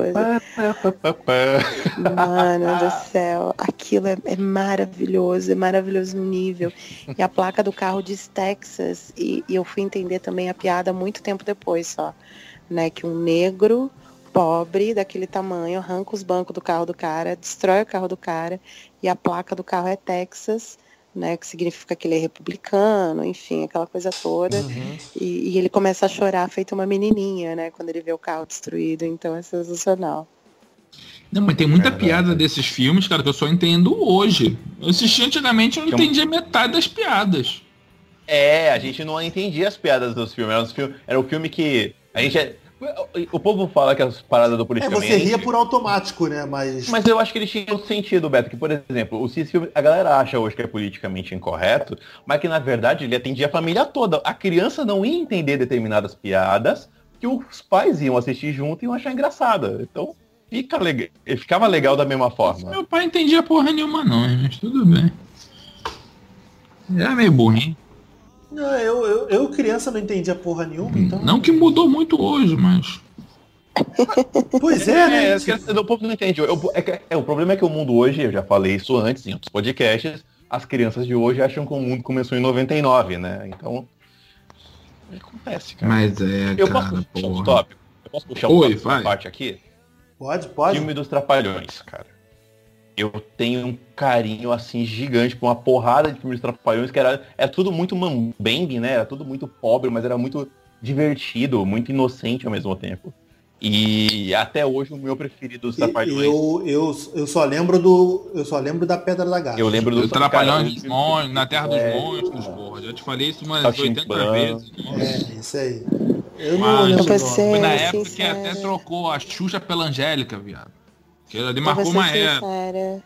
[SPEAKER 4] mano do céu, aquilo é maravilhoso no nível. E a placa do carro diz Texas, e eu fui entender também a piada muito tempo depois só, né, que um negro pobre daquele tamanho arranca os bancos do carro do cara, destrói o carro do cara, e a placa do carro é Texas, né, que significa que ele é republicano, enfim, aquela coisa toda.
[SPEAKER 1] Uhum.
[SPEAKER 4] E ele começa a chorar feito uma menininha, né, quando ele vê o carro destruído. Então é sensacional.
[SPEAKER 2] Não, mas tem muita piada desses filmes, cara, que eu só entendo hoje. Eu assisti antigamente e não entendia metade das piadas.
[SPEAKER 3] A gente não entendia as piadas dos filmes. Era um filme que a gente... O povo fala que as paradas do policiamento...
[SPEAKER 1] Você ria por automático, né? Mas
[SPEAKER 3] eu acho que eles tinham sentido, Beto, que, por exemplo, esse filme, a galera acha hoje que é politicamente incorreto, mas que, na verdade, ele atendia a família toda. A criança não ia entender determinadas piadas que os pais iam assistir junto e iam achar engraçada. Então, ficava legal da mesma forma.
[SPEAKER 2] Meu pai entendia porra nenhuma não, mas tudo bem. Era meio burrinho.
[SPEAKER 1] não, eu criança não entendia porra nenhuma, então...
[SPEAKER 2] Não que mudou muito hoje, mas...
[SPEAKER 1] Pois é, né?
[SPEAKER 3] O povo não entende. O problema é que o mundo hoje, eu já falei isso antes em outros podcasts, as crianças de hoje acham que o mundo começou em 99, né? Então, acontece, cara.
[SPEAKER 2] Mas
[SPEAKER 3] Eu
[SPEAKER 2] cara,
[SPEAKER 3] posso puxar um
[SPEAKER 2] porra.
[SPEAKER 3] tópico? Eu posso puxar um
[SPEAKER 2] Oi,
[SPEAKER 3] tópico
[SPEAKER 2] vai.
[SPEAKER 3] da parte aqui?
[SPEAKER 1] Pode.
[SPEAKER 3] Filme dos Trapalhões, cara. Eu tenho um carinho, assim, gigante por uma porrada de filmes dos Trapalhões, que era tudo muito mambembe, né? Era tudo muito pobre, mas era muito divertido, muito inocente ao mesmo tempo. E até hoje o meu preferido dos Trapalhões.
[SPEAKER 1] Eu só lembro da Pedra da Garça.
[SPEAKER 3] Eu lembro dos
[SPEAKER 2] Trapalhões dos Monstros, na Terra dos Monstros, porra. Já te falei isso umas 80 vezes.
[SPEAKER 1] Isso aí. Eu não
[SPEAKER 2] Mas
[SPEAKER 1] lembro.
[SPEAKER 2] foi na
[SPEAKER 4] ser
[SPEAKER 2] época que
[SPEAKER 4] sincera.
[SPEAKER 2] até trocou a Xuxa pela Angélica, viado. Que ele
[SPEAKER 4] Eu
[SPEAKER 2] marcou
[SPEAKER 4] vou
[SPEAKER 2] uma
[SPEAKER 4] ser
[SPEAKER 2] era.
[SPEAKER 4] sincera.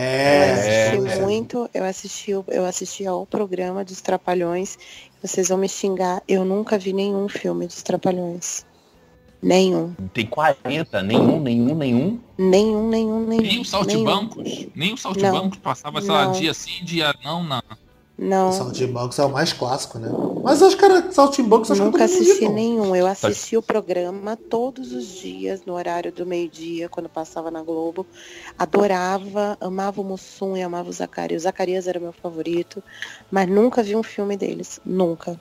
[SPEAKER 4] Eu assisti ao programa dos Trapalhões. Vocês vão me xingar. Eu nunca vi nenhum filme dos Trapalhões. Nenhum.
[SPEAKER 3] Tem 40, nenhum.
[SPEAKER 4] Nenhum.
[SPEAKER 2] Nem o Saltimbancos. Nem o Saltimbancos passava, sei lá,
[SPEAKER 4] Não.
[SPEAKER 2] dia sim, dia não.
[SPEAKER 1] O Saltimbancos é o mais clássico, né? Mas acho que era Saltimbancos, acho que
[SPEAKER 4] Nunca
[SPEAKER 1] todo mundo
[SPEAKER 4] assisti
[SPEAKER 1] viu.
[SPEAKER 4] nenhum. Eu assisti o programa todos os dias, no horário do meio-dia, quando passava na Globo. Adorava, amava o Mussum e amava o Zacarias. O Zacarias era meu favorito, mas nunca vi um filme deles. Nunca.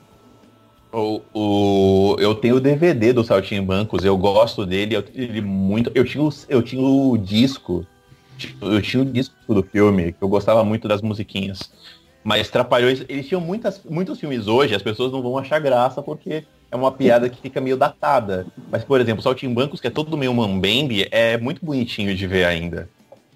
[SPEAKER 3] Eu tenho o DVD do Saltimbancos, eu gosto dele, eu tinha o disco. Eu tinha o disco do filme, que eu gostava muito das musiquinhas. Mas Trapalhões, eles tinham muitos filmes hoje, as pessoas não vão achar graça porque é uma piada que fica meio datada. Mas, por exemplo, Saltimbancos, que é todo meio mambembe, é muito bonitinho de ver ainda.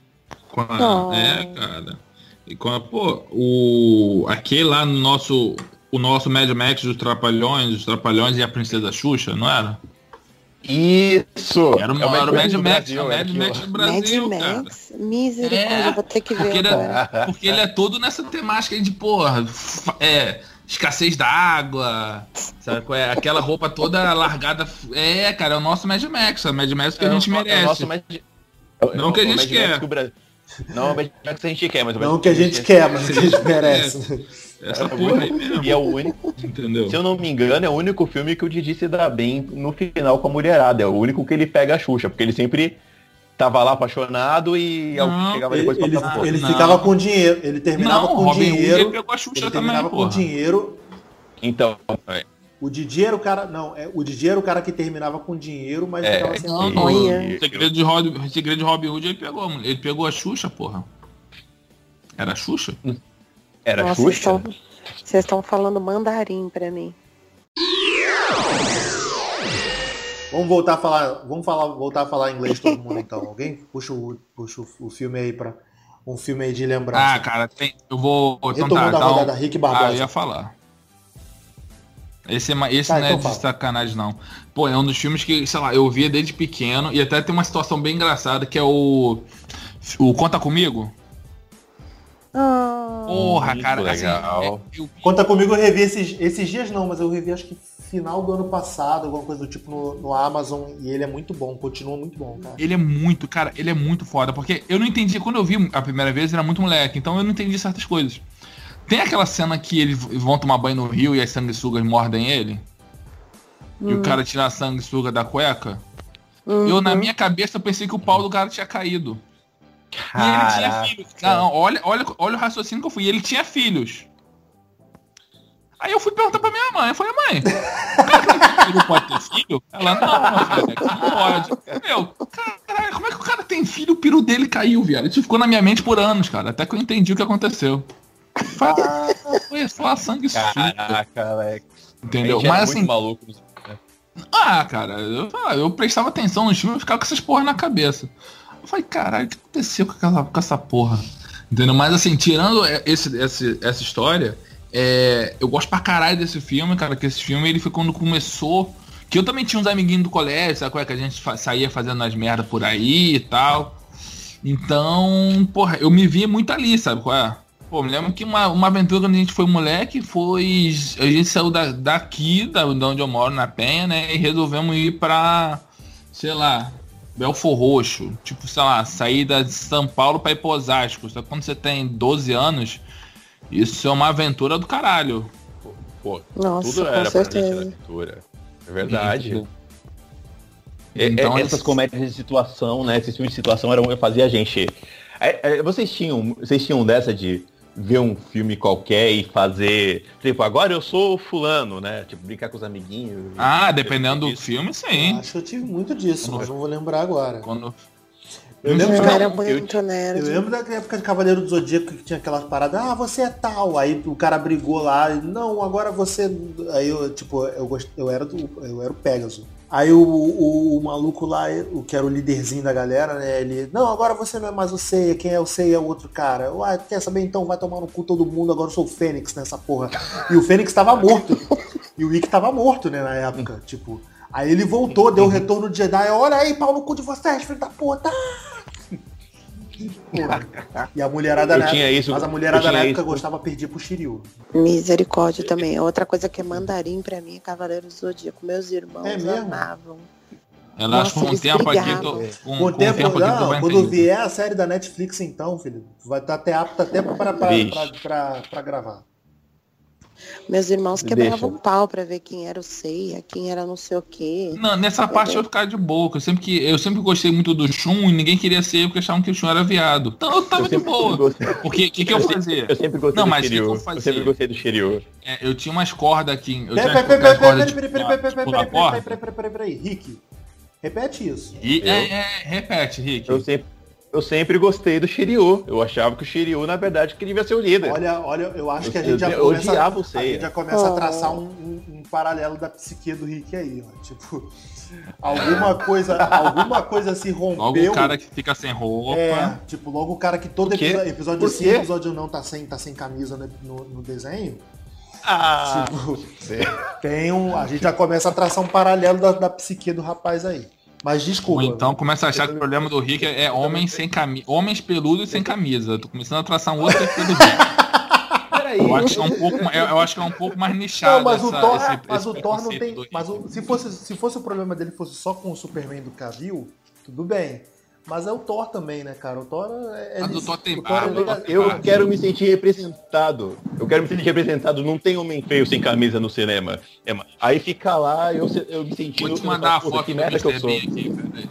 [SPEAKER 2] Cara. E aquele lá no nosso Mad Max dos Trapalhões e a Princesa Xuxa, não era?
[SPEAKER 3] Isso!
[SPEAKER 2] Era o Mad Max do Brasil,
[SPEAKER 4] Mad
[SPEAKER 2] cara.
[SPEAKER 4] Max? Misericórdia, eu vou ter que ver agora.
[SPEAKER 2] Porque ele é todo nessa temática aí de, porra, escassez d'água, sabe? Aquela roupa toda largada. Cara, é o nosso Mad Max, o Mad Max que a gente merece. Não que a gente quer.
[SPEAKER 3] Não é o Mad Max que a gente quer, mas
[SPEAKER 1] Não que a gente quer, mas a gente merece.
[SPEAKER 2] Essa porra aí mesmo.
[SPEAKER 3] E é o único,
[SPEAKER 2] entendeu?
[SPEAKER 3] Se eu não me engano, é o único filme que o Didi se dá bem no final com a mulherada. É o único que ele pega a Xuxa, porque ele sempre tava lá apaixonado e chegava depois pra
[SPEAKER 1] ele ficava com dinheiro, ele terminava com
[SPEAKER 2] Robin
[SPEAKER 1] dinheiro.
[SPEAKER 2] Hood pegou a Xuxa
[SPEAKER 1] Ele
[SPEAKER 2] também,
[SPEAKER 1] terminava com
[SPEAKER 2] porra.
[SPEAKER 1] dinheiro.
[SPEAKER 3] Então,
[SPEAKER 1] O Didi era o cara. Não, o Didi era o cara que terminava com dinheiro, mas ficava sem
[SPEAKER 2] Não,
[SPEAKER 1] dinheiro.
[SPEAKER 4] Olha.
[SPEAKER 2] o segredo de Robin Hood ele pegou a Xuxa, porra. Era a Xuxa?
[SPEAKER 3] Era
[SPEAKER 4] Nossa,
[SPEAKER 3] Xuxa?
[SPEAKER 4] vocês estão falando mandarim pra mim.
[SPEAKER 1] Vamos voltar a falar inglês todo mundo então. Alguém puxa o filme aí pra. Um filme aí de lembrança.
[SPEAKER 2] Ah, cara, eu vou.
[SPEAKER 1] Retomando a rodada, Rick Barbosa.
[SPEAKER 2] Eu ia falar. Esse não
[SPEAKER 1] então
[SPEAKER 2] é de
[SPEAKER 1] fala.
[SPEAKER 2] sacanagem, não. Pô, é um dos filmes que, sei lá, eu via desde pequeno e até tem uma situação bem engraçada que é o Conta Comigo. Porra,
[SPEAKER 3] muito
[SPEAKER 2] cara,
[SPEAKER 3] legal.
[SPEAKER 1] Conta Comigo, eu revi esses dias não, mas eu revi acho que final do ano passado, alguma coisa do tipo no Amazon, e ele é muito bom, continua muito bom, cara.
[SPEAKER 2] ele é muito foda, porque eu não entendi, quando eu vi a primeira vez, era muito moleque, então eu não entendi certas coisas. Tem aquela cena que eles vão tomar banho no rio e as sanguessugas mordem ele, e o cara tira a sanguessuga da cueca. Eu, na minha cabeça, eu pensei que o pau do cara tinha caído. E ele tinha filhos. Não, olha o raciocínio que eu fui. E ele tinha filhos. Aí eu fui perguntar pra minha mãe. Eu falei, mãe, ele pode ter filho? Ela, não, filha, não pode. Meu, caralho, como é que o cara tem filho? O peru dele caiu, viado. Isso ficou na minha mente por anos, cara. Até que eu entendi o que aconteceu. Foi só a sanguessuga.
[SPEAKER 3] Caraca, Alex.
[SPEAKER 2] Entendeu?
[SPEAKER 3] A gente era
[SPEAKER 2] Mas
[SPEAKER 3] muito
[SPEAKER 2] assim.
[SPEAKER 3] maluco.
[SPEAKER 2] Cara, eu prestava atenção no filme e ficava com essas porra na cabeça. Eu falei, caralho, o que aconteceu com essa porra? Entendeu? Mas assim, tirando essa história, eu gosto pra caralho desse filme, cara, que esse filme ele foi quando começou. Que eu também tinha uns amiguinhos do colégio, sabe qual é que a gente saía fazendo as merdas por aí e tal. Então, porra, eu me via muito ali, sabe qual é? Pô, me lembro que uma aventura quando a gente foi moleque foi. A gente saiu daqui, da onde eu moro, na Penha, né? E resolvemos ir pra, sei lá, Belfor Roxo. Tipo, sei lá, sair de São Paulo pra ir pro Osasco. Só que quando você tem 12 anos, isso é uma aventura do caralho.
[SPEAKER 3] Pô,
[SPEAKER 4] Nossa,
[SPEAKER 3] tudo
[SPEAKER 4] com
[SPEAKER 3] era pra
[SPEAKER 4] certeza.
[SPEAKER 3] gente aventura. É verdade.
[SPEAKER 2] Então,
[SPEAKER 3] Essas comédias de situação, né? Esses filmes de situação fazia a gente. Vocês tinham dessa de ver um filme qualquer e fazer. Tipo, agora eu sou fulano, né? Tipo, brincar com os amiguinhos.
[SPEAKER 2] Dependendo do filme, sim.
[SPEAKER 1] Acho que eu tive muito disso, mas não vou lembrar agora.
[SPEAKER 2] Eu
[SPEAKER 1] lembro
[SPEAKER 4] Eu
[SPEAKER 1] de-
[SPEAKER 4] era muito nerd.
[SPEAKER 1] Eu lembro da época de Cavaleiro do Zodíaco que tinha aquelas paradas, você é tal, aí o cara brigou lá, não, agora você. Aí eu, tipo, eu era o Pégaso. Aí o maluco lá, o que era o líderzinho da galera, né, ele, não, agora você não é mais o Seiya, quem é o Seiya é o outro cara. Quer saber então, vai tomar no cu todo mundo, agora eu sou o Fênix nessa porra. E o Fênix tava morto. E o Ikki tava morto, né, na época, tipo. Aí ele voltou, deu o retorno de Jedi, olha aí, pau no cu de vocês, filho da puta. Porra. E a mulherada na época, mas a mulherada na época gostava, perdia pro Shiryu.
[SPEAKER 4] Misericórdia também. Outra coisa que é mandarim pra mim é Cavaleiro do Zodíaco. Meus irmãos
[SPEAKER 1] É mesmo?
[SPEAKER 4] amavam.
[SPEAKER 2] Ela acho que com o
[SPEAKER 4] eles
[SPEAKER 2] tempo aqui,
[SPEAKER 4] brigavam.
[SPEAKER 1] Com o tempo, quando vier a série da Netflix então, filho, tu vai estar até apto até pra gravar.
[SPEAKER 4] Meus irmãos quebravam
[SPEAKER 3] Deixa.
[SPEAKER 4] pau pra ver quem era o Seiya, quem era não sei o quê.
[SPEAKER 2] Não, nessa parte eu ficava de boa. Eu sempre gostei muito do Shun e ninguém queria ser porque achavam que o Shun era viado. Então eu tava de boa. Porque o que eu fazia?
[SPEAKER 3] Eu sempre gostei
[SPEAKER 2] Não,
[SPEAKER 3] do
[SPEAKER 2] mas o que
[SPEAKER 3] Shiryu.
[SPEAKER 2] eu fazia?
[SPEAKER 3] Eu sempre gostei do Shiryu.
[SPEAKER 2] Eu tinha umas cordas aqui. Eu tinha umas cordas de pular corda.
[SPEAKER 1] Peraí, Rick, repete isso.
[SPEAKER 2] Repete, Rick.
[SPEAKER 3] Eu sempre gostei do Shiryu. Eu achava que o Shiryu, na verdade, que devia ser o líder.
[SPEAKER 1] Olha, eu acho que a
[SPEAKER 3] Eu
[SPEAKER 1] gente já
[SPEAKER 3] odiava o
[SPEAKER 1] começa,
[SPEAKER 3] Seiya.
[SPEAKER 1] a traçar um paralelo da psique do Rick aí, ó. Tipo, alguma coisa se rompeu.
[SPEAKER 2] Logo o cara que fica sem roupa.
[SPEAKER 1] Tipo, logo o cara que todo
[SPEAKER 3] Por quê?
[SPEAKER 1] episódio
[SPEAKER 3] Por
[SPEAKER 1] sim,
[SPEAKER 3] quê?
[SPEAKER 1] episódio não tá sem camisa no desenho. Tipo, a gente já começa a traçar um paralelo da psique do rapaz aí. Mas
[SPEAKER 2] Ou
[SPEAKER 1] desculpa.
[SPEAKER 2] então começa a achar que o problema do Rick é homens sem camisa. Homens peludos sem camisa. Tô começando a traçar um outro perfil do Rick.
[SPEAKER 3] Peraí.
[SPEAKER 2] Eu acho que é um pouco mais nichado.
[SPEAKER 1] Não, mas
[SPEAKER 2] esse
[SPEAKER 1] o Thor não
[SPEAKER 2] preconceito
[SPEAKER 1] tem.
[SPEAKER 2] do Rick.
[SPEAKER 1] Se fosse o problema dele fosse só com o Superman do Cavill, tudo bem. Mas é o Thor também, né, cara? O Thor
[SPEAKER 2] Mas o Thor tem
[SPEAKER 1] o Thor é
[SPEAKER 2] barba.
[SPEAKER 1] legal.
[SPEAKER 3] Eu quero me sentir representado. Não tem homem feio sem camisa no cinema. Aí fica lá, eu me sentindo.
[SPEAKER 2] Vou te mandar a
[SPEAKER 3] puta,
[SPEAKER 2] foto
[SPEAKER 3] que
[SPEAKER 2] do
[SPEAKER 3] merda que eu
[SPEAKER 2] Mr.
[SPEAKER 3] sou.
[SPEAKER 2] Bean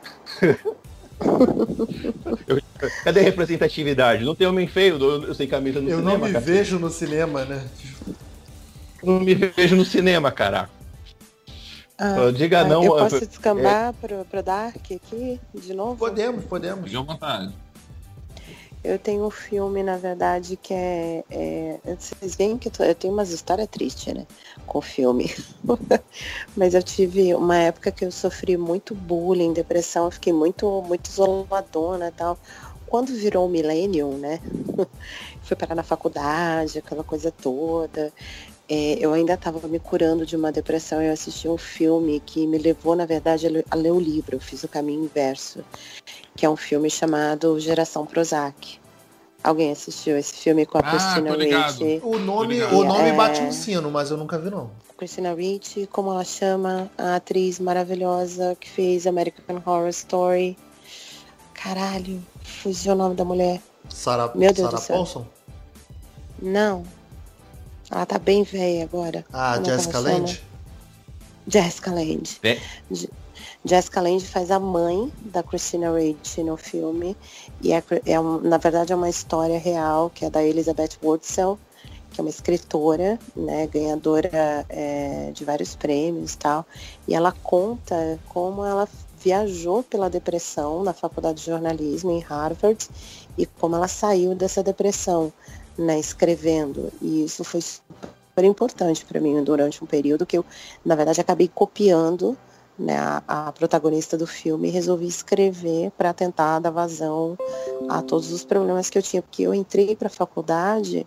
[SPEAKER 2] aqui, peraí.
[SPEAKER 3] Cadê a representatividade? Não tem homem feio sem camisa no
[SPEAKER 1] Eu
[SPEAKER 3] cinema.
[SPEAKER 1] não me
[SPEAKER 3] cara.
[SPEAKER 1] vejo no cinema, né?
[SPEAKER 3] não me vejo no cinema, caraca. Diga não.
[SPEAKER 4] Eu posso descambar pro Dark aqui, de novo?
[SPEAKER 1] Podemos.
[SPEAKER 2] Fique à vontade.
[SPEAKER 4] Eu tenho um filme, na verdade, que vocês veem que eu tenho umas histórias tristes, né? Com filme. Mas eu tive uma época que eu sofri muito bullying, depressão, eu fiquei muito, muito isoladona e tal. Quando virou o Millennium, né? Fui parar na faculdade, aquela coisa toda. Eu ainda estava me curando de uma depressão. Eu assisti um filme que me levou, na verdade, a ler o livro. Eu fiz o caminho inverso, que é um filme chamado Geração Prozac. Alguém assistiu esse filme com a Christina Ricci?
[SPEAKER 1] O nome bate um sino, mas eu nunca vi, não.
[SPEAKER 4] Christina Ricci, como ela chama, a atriz maravilhosa que fez American Horror Story. Caralho, fugiu o nome da mulher. Meu Deus do céu.
[SPEAKER 1] Paulson?
[SPEAKER 4] Não. Ela tá bem velha agora.
[SPEAKER 1] Jessica Lange?
[SPEAKER 4] Jessica Lange. Jessica Lange faz a mãe da Christina Ricci no filme. E na verdade é uma história real, que é da Elizabeth Wurtzel, que é uma escritora, né, ganhadora de vários prêmios e tal. E ela conta como ela viajou pela depressão na faculdade de jornalismo em Harvard e como ela saiu dessa depressão, né, escrevendo. E isso foi super importante para mim durante um período que eu, na verdade, acabei copiando, né, a protagonista do filme e resolvi escrever para tentar dar vazão a todos os problemas que eu tinha, porque eu entrei para a faculdade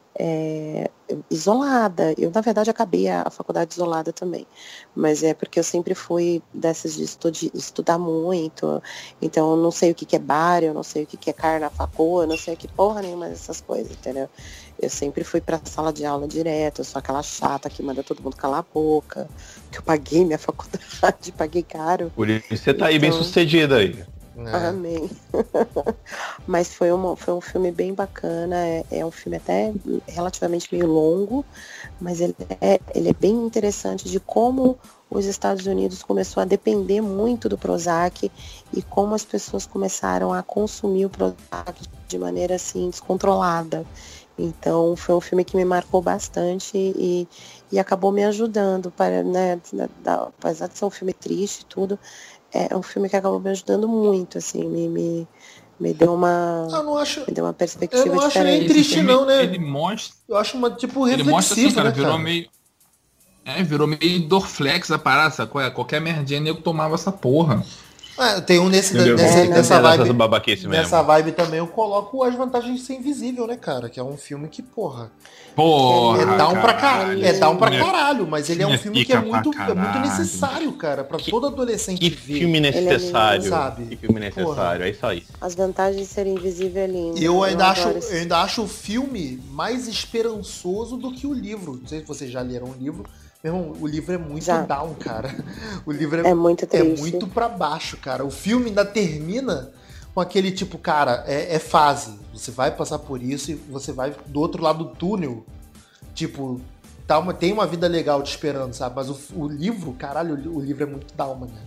[SPEAKER 4] isolada. Eu, na verdade, acabei a faculdade isolada também, mas é porque eu sempre fui dessas de estudar muito, então eu não sei o que é bar, eu não sei o que é carne na facô, eu não sei o que porra nenhuma dessas coisas, entendeu? Eu sempre fui pra sala de aula direto, eu sou aquela chata que manda todo mundo calar a boca, que eu paguei minha faculdade, paguei caro.
[SPEAKER 3] Por isso você tá aí bem sucedida aí.
[SPEAKER 4] Amém. Mas foi um filme bem bacana, é um filme até relativamente meio longo, mas ele é bem interessante de como os Estados Unidos começou a depender muito do Prozac e como as pessoas começaram a consumir o Prozac de maneira assim descontrolada. Então foi um filme que me marcou bastante e acabou me ajudando para, né, apesar de ser um filme triste e tudo, é um filme que acabou me ajudando muito, assim, me deu uma, me deu uma perspectiva diferente.
[SPEAKER 1] Eu não acho nem triste não, né?
[SPEAKER 2] Ele mostra...
[SPEAKER 1] Eu acho uma, tipo, reflexivo,
[SPEAKER 2] ele mostra assim, cara,
[SPEAKER 1] né,
[SPEAKER 2] virou
[SPEAKER 1] cara?
[SPEAKER 2] meio... virou meio Dorflex a parada, sacou? Qualquer merdinha nego tomava essa porra.
[SPEAKER 1] Tem um nessa vibe. Nessa vibe também eu coloco As Vantagens de Ser Invisível, né, cara? Que é um filme que, porra. É down pra caralho. É down pra caralho, mas ele é um filme que é muito necessário, cara, pra todo adolescente ver.
[SPEAKER 3] Que filme necessário.
[SPEAKER 1] Sabe?
[SPEAKER 3] Que filme necessário, é isso aí.
[SPEAKER 4] As Vantagens de Ser Invisível é lindo.
[SPEAKER 1] Eu ainda acho o filme mais esperançoso do que o livro. Não sei se vocês já leram o livro. Meu irmão, o livro é muito down, cara. O livro é
[SPEAKER 4] muito triste.
[SPEAKER 1] É muito pra baixo, cara. O filme ainda termina com aquele tipo, cara, é fase. Você vai passar por isso e você vai do outro lado do túnel. Tipo, tem uma vida legal te esperando, sabe? Mas o livro, caralho, o livro é muito down, mano.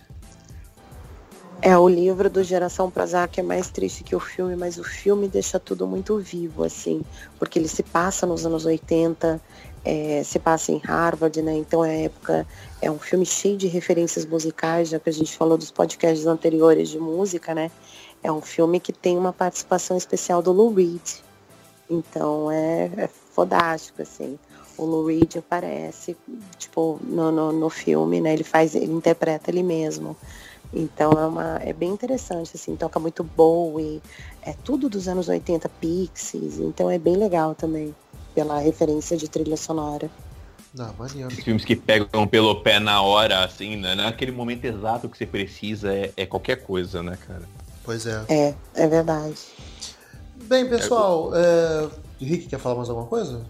[SPEAKER 4] O livro do Geração Prozac é mais triste que o filme, mas o filme deixa tudo muito vivo, assim. Porque ele se passa nos anos 80, se passa em Harvard, né? Então é um filme cheio de referências musicais, já que a gente falou dos podcasts anteriores de música, né? É um filme que tem uma participação especial do Lou Reed. Então é fodástico, assim. O Lou Reed aparece, tipo, no filme, né? Ele interpreta ele mesmo. Então é bem interessante, assim, toca muito Bowie, é tudo dos anos 80, Pixies, então é bem legal também, pela referência de trilha sonora.
[SPEAKER 1] Maneiro.
[SPEAKER 3] Filmes que pegam pelo pé na hora, assim, né? Naquele momento exato que você precisa, é qualquer coisa, né, cara?
[SPEAKER 1] Pois é.
[SPEAKER 4] É verdade.
[SPEAKER 1] Bem, pessoal, Rick, quer falar mais alguma coisa?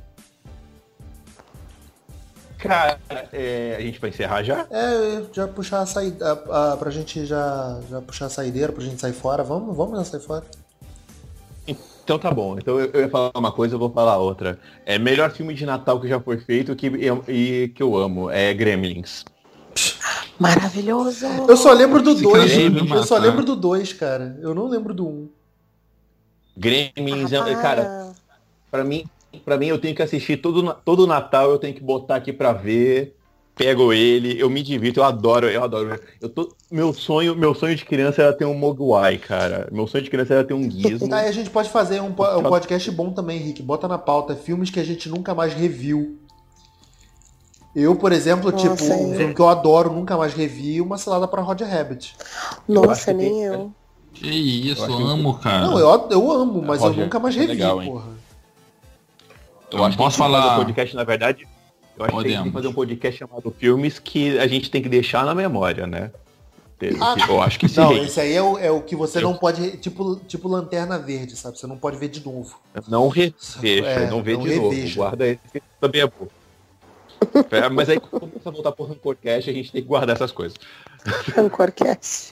[SPEAKER 3] Cara, a gente vai encerrar já?
[SPEAKER 1] Já puxar a saída, pra gente já puxar a saideira, pra gente sair fora. Vamos já sair fora.
[SPEAKER 3] Então tá bom. Então eu ia falar uma coisa, eu vou falar outra. Melhor filme de Natal que já foi feito e que eu amo é Gremlins.
[SPEAKER 4] Maravilhoso!
[SPEAKER 1] Eu só lembro do 2. Eu só lembro do 2, cara. Eu não lembro do 1.
[SPEAKER 3] Gremlins, cara, pra mim pra mim eu tenho que assistir todo Natal, eu tenho que botar aqui pra ver. Pego ele, eu me divirto, eu adoro. Meu sonho de criança era ter um Mogwai, cara. Meu sonho de criança era ter um Gizmo.
[SPEAKER 1] Aí a gente pode fazer um podcast bom também, Henrique. Bota na pauta filmes que a gente nunca mais reviu. Eu, por exemplo, um filme que eu adoro, nunca mais revi, Uma Cilada para Roger Rabbit.
[SPEAKER 4] Nossa, nem eu.
[SPEAKER 2] Que isso, eu amo, cara.
[SPEAKER 1] Não, eu amo, mas eu nunca mais revi,
[SPEAKER 3] legal,
[SPEAKER 1] porra.
[SPEAKER 2] Eu acho que posso falar...
[SPEAKER 3] Um podcast, na verdade, eu acho que tem que fazer um podcast chamado Filmes que a gente tem que deixar na memória, né? Eu acho que sim.
[SPEAKER 1] Não, esse aí é o que você não pode... Tipo Lanterna Verde, sabe? Você não pode ver de novo.
[SPEAKER 3] Não reveja, não vê de novo. Guarda esse que também é bom. Mas aí, quando você voltar pro Rancorcast, a gente tem que guardar essas coisas.
[SPEAKER 4] Rancorcast.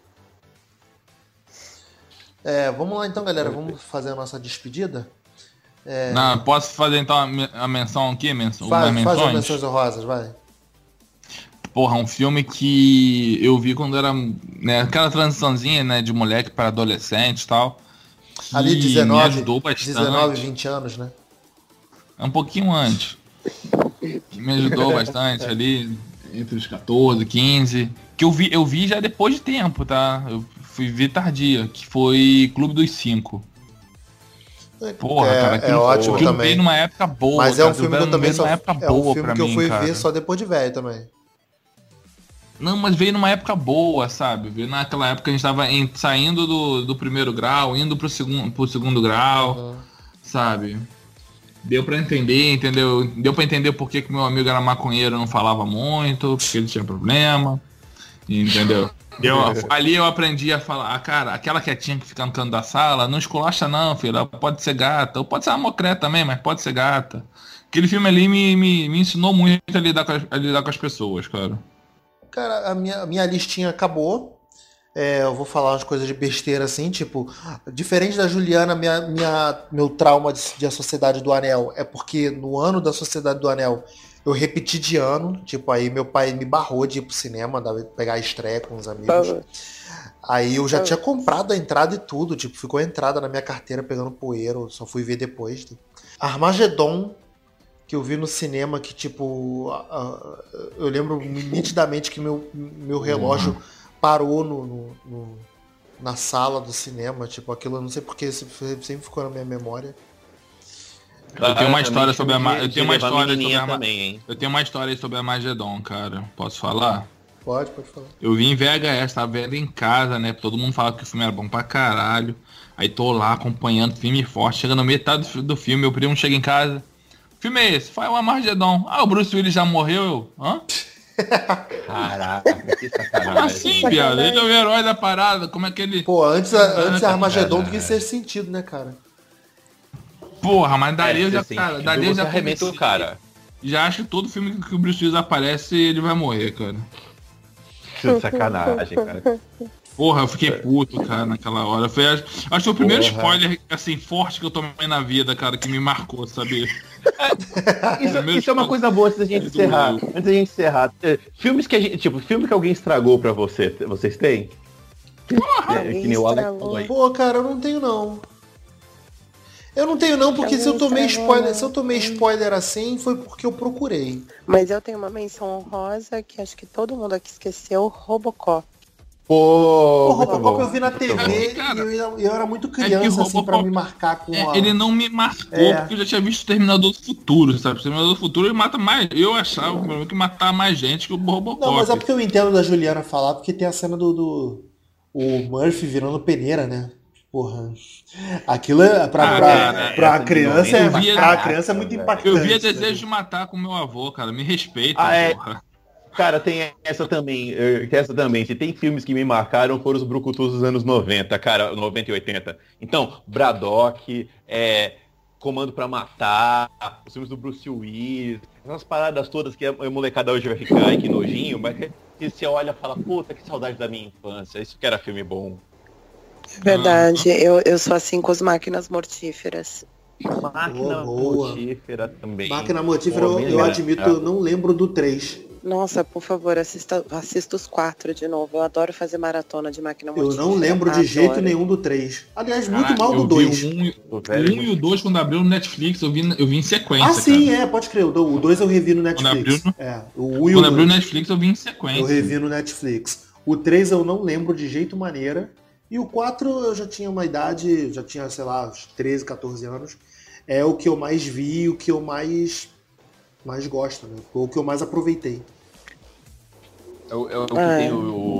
[SPEAKER 1] Vamos lá então, galera. Vamos fazer a nossa despedida?
[SPEAKER 2] Não, posso fazer então a menção aqui?
[SPEAKER 1] Faz as menções honrosas, vai.
[SPEAKER 2] Porra, um filme que eu vi quando era, né, aquela transiçãozinha, né, de moleque para adolescente e tal.
[SPEAKER 1] Ali 19,
[SPEAKER 2] me ajudou bastante.
[SPEAKER 1] 19, 20 anos, né?
[SPEAKER 2] É um pouquinho antes. Me ajudou bastante ali, entre os 14, 15. Que eu vi já depois de tempo, tá? Eu fui ver tardia, que foi Clube dos Cinco. Porra, cara,
[SPEAKER 1] é ótimo
[SPEAKER 2] que eu
[SPEAKER 1] também.
[SPEAKER 2] vi numa época boa.
[SPEAKER 1] Mas
[SPEAKER 2] cara,
[SPEAKER 1] é um filme que eu também só...
[SPEAKER 2] época
[SPEAKER 1] é
[SPEAKER 2] boa
[SPEAKER 1] um filme
[SPEAKER 2] pra
[SPEAKER 1] que eu
[SPEAKER 2] mim,
[SPEAKER 1] fui
[SPEAKER 2] cara.
[SPEAKER 1] ver só depois de velho também.
[SPEAKER 2] Não, mas veio numa época boa, sabe? Veio naquela época que a gente tava saindo do primeiro grau, indo pro segundo grau, sabe? Deu pra entender, entendeu? Deu pra entender por que meu amigo era maconheiro e não falava muito, porque ele tinha problema, entendeu? Ali eu aprendi a falar, cara, aquela quietinha que fica no canto da sala, não esculacha não, filho, ela pode ser gata, ou pode ser uma mocreta também, mas pode ser gata. Aquele filme ali me ensinou muito a lidar com as pessoas, cara.
[SPEAKER 1] Cara, a minha listinha acabou. Eu vou falar umas coisas de besteira assim, tipo, diferente da Juliana, meu trauma de A Sociedade do Anel é porque no ano da Sociedade do Anel eu repeti de ano, tipo, aí meu pai me barrou de ir pro cinema, pegar a estreia com os amigos. Aí eu já tinha comprado a entrada e tudo, tipo, ficou a entrada na minha carteira pegando poeira, eu só fui ver depois. Armagedon, que eu vi no cinema, que tipo, eu lembro nitidamente que meu relógio parou na sala do cinema, tipo, aquilo eu não sei porque sempre ficou na minha memória.
[SPEAKER 2] Eu tenho uma história sobre
[SPEAKER 3] Eu
[SPEAKER 2] tenho uma história sobre Armagedon, cara. Posso falar?
[SPEAKER 1] Pode falar.
[SPEAKER 2] Eu vi em VHS, tava vendo em casa, né? Todo mundo falava que o filme era bom pra caralho. Aí tô lá acompanhando, filme forte. Chega no metade do filme, meu primo chega em casa. Que filme é esse? Faz o Armagedon. O Bruce Willis já morreu? Eu, hã?
[SPEAKER 3] Caraca, que sacanagem.
[SPEAKER 2] Como assim, viado? Ele é o herói da parada. Como é que ele...
[SPEAKER 1] Pô, antes Armagedon do que ser sentido, né, cara?
[SPEAKER 2] Porra, mas dali eu já...
[SPEAKER 3] Sim,
[SPEAKER 2] Cara, dali eu já
[SPEAKER 3] arrebenta o cara.
[SPEAKER 2] Já acho que todo filme que o Bruce Willis aparece, ele vai morrer, cara.
[SPEAKER 3] Que sacanagem, cara.
[SPEAKER 2] Porra, eu fiquei puto, cara, naquela hora. Acho que foi o primeiro spoiler, assim, forte que eu tomei na vida, cara, que me marcou, sabe?
[SPEAKER 3] Isso é uma coisa boa antes da gente encerrar. Filmes que a gente, tipo, filme que alguém estragou pra vocês têm?
[SPEAKER 2] Porra!
[SPEAKER 3] Que nem o Alex falou aí.
[SPEAKER 1] Pô, cara, eu não tenho não. Eu não tenho não, porque se eu tomei spoiler assim, foi porque eu procurei.
[SPEAKER 4] Mas eu tenho uma menção honrosa que acho que todo mundo aqui esqueceu, Robocop.
[SPEAKER 1] O Robocop eu vi na TV
[SPEAKER 2] cara,
[SPEAKER 1] e eu era muito criança, assim, pra me marcar com a...
[SPEAKER 2] Ele não me marcou, porque eu já tinha visto o Terminador do Futuro, sabe? O Terminador do Futuro ele mata mais... Eu achava que matava mais gente que o Robocop.
[SPEAKER 1] Não, mas é porque eu entendo da Juliana falar, porque tem a cena do Murphy virando peneira, né? Porra. Aquilo é pra criança, a criança é muito impactante.
[SPEAKER 2] Eu via Desejo de Matar com meu avô, cara. Me respeita, porra.
[SPEAKER 3] Cara, tem essa também. Se tem filmes que me marcaram, foram os brucutus dos anos 90, cara, 90 e 80. Então, Braddock, Comando pra Matar, os filmes do Bruce Willis, essas paradas todas que a molecada hoje vai ficar, ai, que nojinho, mas que você olha e fala, puta, que saudade da minha infância, isso que era filme bom.
[SPEAKER 4] Verdade, eu sou assim com as Máquinas Mortíferas.
[SPEAKER 3] Máquina Mortífera também.
[SPEAKER 1] Máquina Mortífera, eu admito, eu não lembro do 3.
[SPEAKER 4] Nossa, por favor, assista os 4 de novo. Eu adoro fazer maratona de Máquina Mortífera.
[SPEAKER 1] Eu não lembro de jeito nenhum do 3. Aliás, muito mal do 2.
[SPEAKER 2] O 1 e o 2, quando abriu no Netflix, eu vi em sequência.
[SPEAKER 1] Ah, sim,
[SPEAKER 2] cara.
[SPEAKER 1] pode crer. O 2 eu revi no Netflix.
[SPEAKER 2] Quando abriu no Netflix, eu vi em sequência.
[SPEAKER 1] Eu revi no Netflix. O 3 eu não lembro de jeito maneira. E o 4 eu já tinha uma idade, já tinha, sei lá, uns 13, 14 anos. É o que eu mais vi, o que eu mais gosto, né? O que eu mais aproveitei.
[SPEAKER 3] É o que tem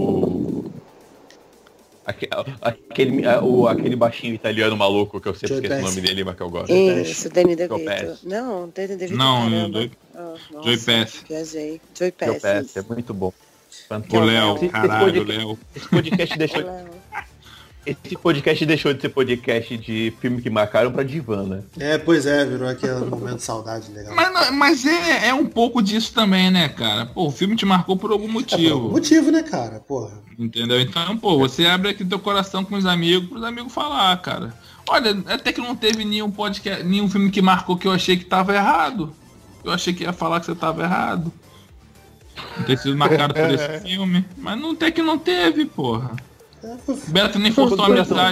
[SPEAKER 3] aquele baixinho italiano maluco que eu sempre esqueço o nome dele, mas que eu gosto.
[SPEAKER 4] Isso, Danny DeVito. Não, Danny DeVito.
[SPEAKER 2] Não,
[SPEAKER 4] Joey
[SPEAKER 2] Pesci.
[SPEAKER 4] Viajei. Joey Pesci.
[SPEAKER 3] É muito bom.
[SPEAKER 2] O Léo, caralho, o Léo.
[SPEAKER 3] Esse podcast deixou... Esse podcast deixou de ser podcast de filme que marcaram pra divã, né?
[SPEAKER 1] Pois é, virou aquele momento de saudade legal.
[SPEAKER 2] Mas é um pouco disso também, né, cara? Pô, o filme te marcou por algum motivo.
[SPEAKER 1] Por algum motivo, né, cara? Porra.
[SPEAKER 2] Entendeu? Então, pô, você abre aqui teu coração com os amigos, pros amigos falar, cara. Olha, até que não teve nenhum podcast, nenhum filme que marcou que eu achei que tava errado. Eu achei que ia falar que você tava errado. Não ter sido marcado por esse filme. Mas até que não teve, porra. O Beto nem forçou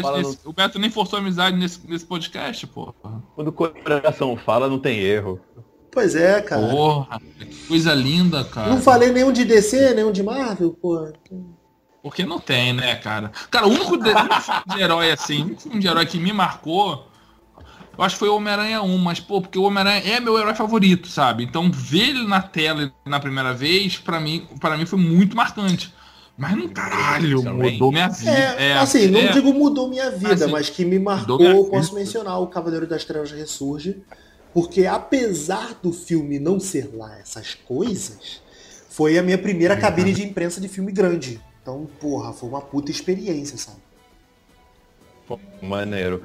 [SPEAKER 2] amizade nesse podcast, porra.
[SPEAKER 3] Quando o coração fala, não tem erro.
[SPEAKER 1] Pois é, cara.
[SPEAKER 2] Porra, que coisa linda, cara.
[SPEAKER 1] Não falei nenhum de DC, nenhum de Marvel, porra.
[SPEAKER 2] Porque não tem, né, cara? Cara, o único filme de herói assim, o único filme de herói que me marcou, eu acho que foi o Homem-Aranha 1, mas, pô, porque o Homem-Aranha é meu herói favorito, sabe? Então, ver ele na tela na primeira vez, pra mim foi muito marcante. Mas não, caralho, mudou minha vida.
[SPEAKER 1] Não digo mudou minha vida,
[SPEAKER 2] assim,
[SPEAKER 1] mas que me marcou, eu posso mencionar o Cavaleiro das Trevas Ressurge, porque apesar do filme não ser lá essas coisas, foi a minha primeira cabine de imprensa de filme grande. Então, porra, foi uma puta experiência, sabe?
[SPEAKER 3] Maneiro.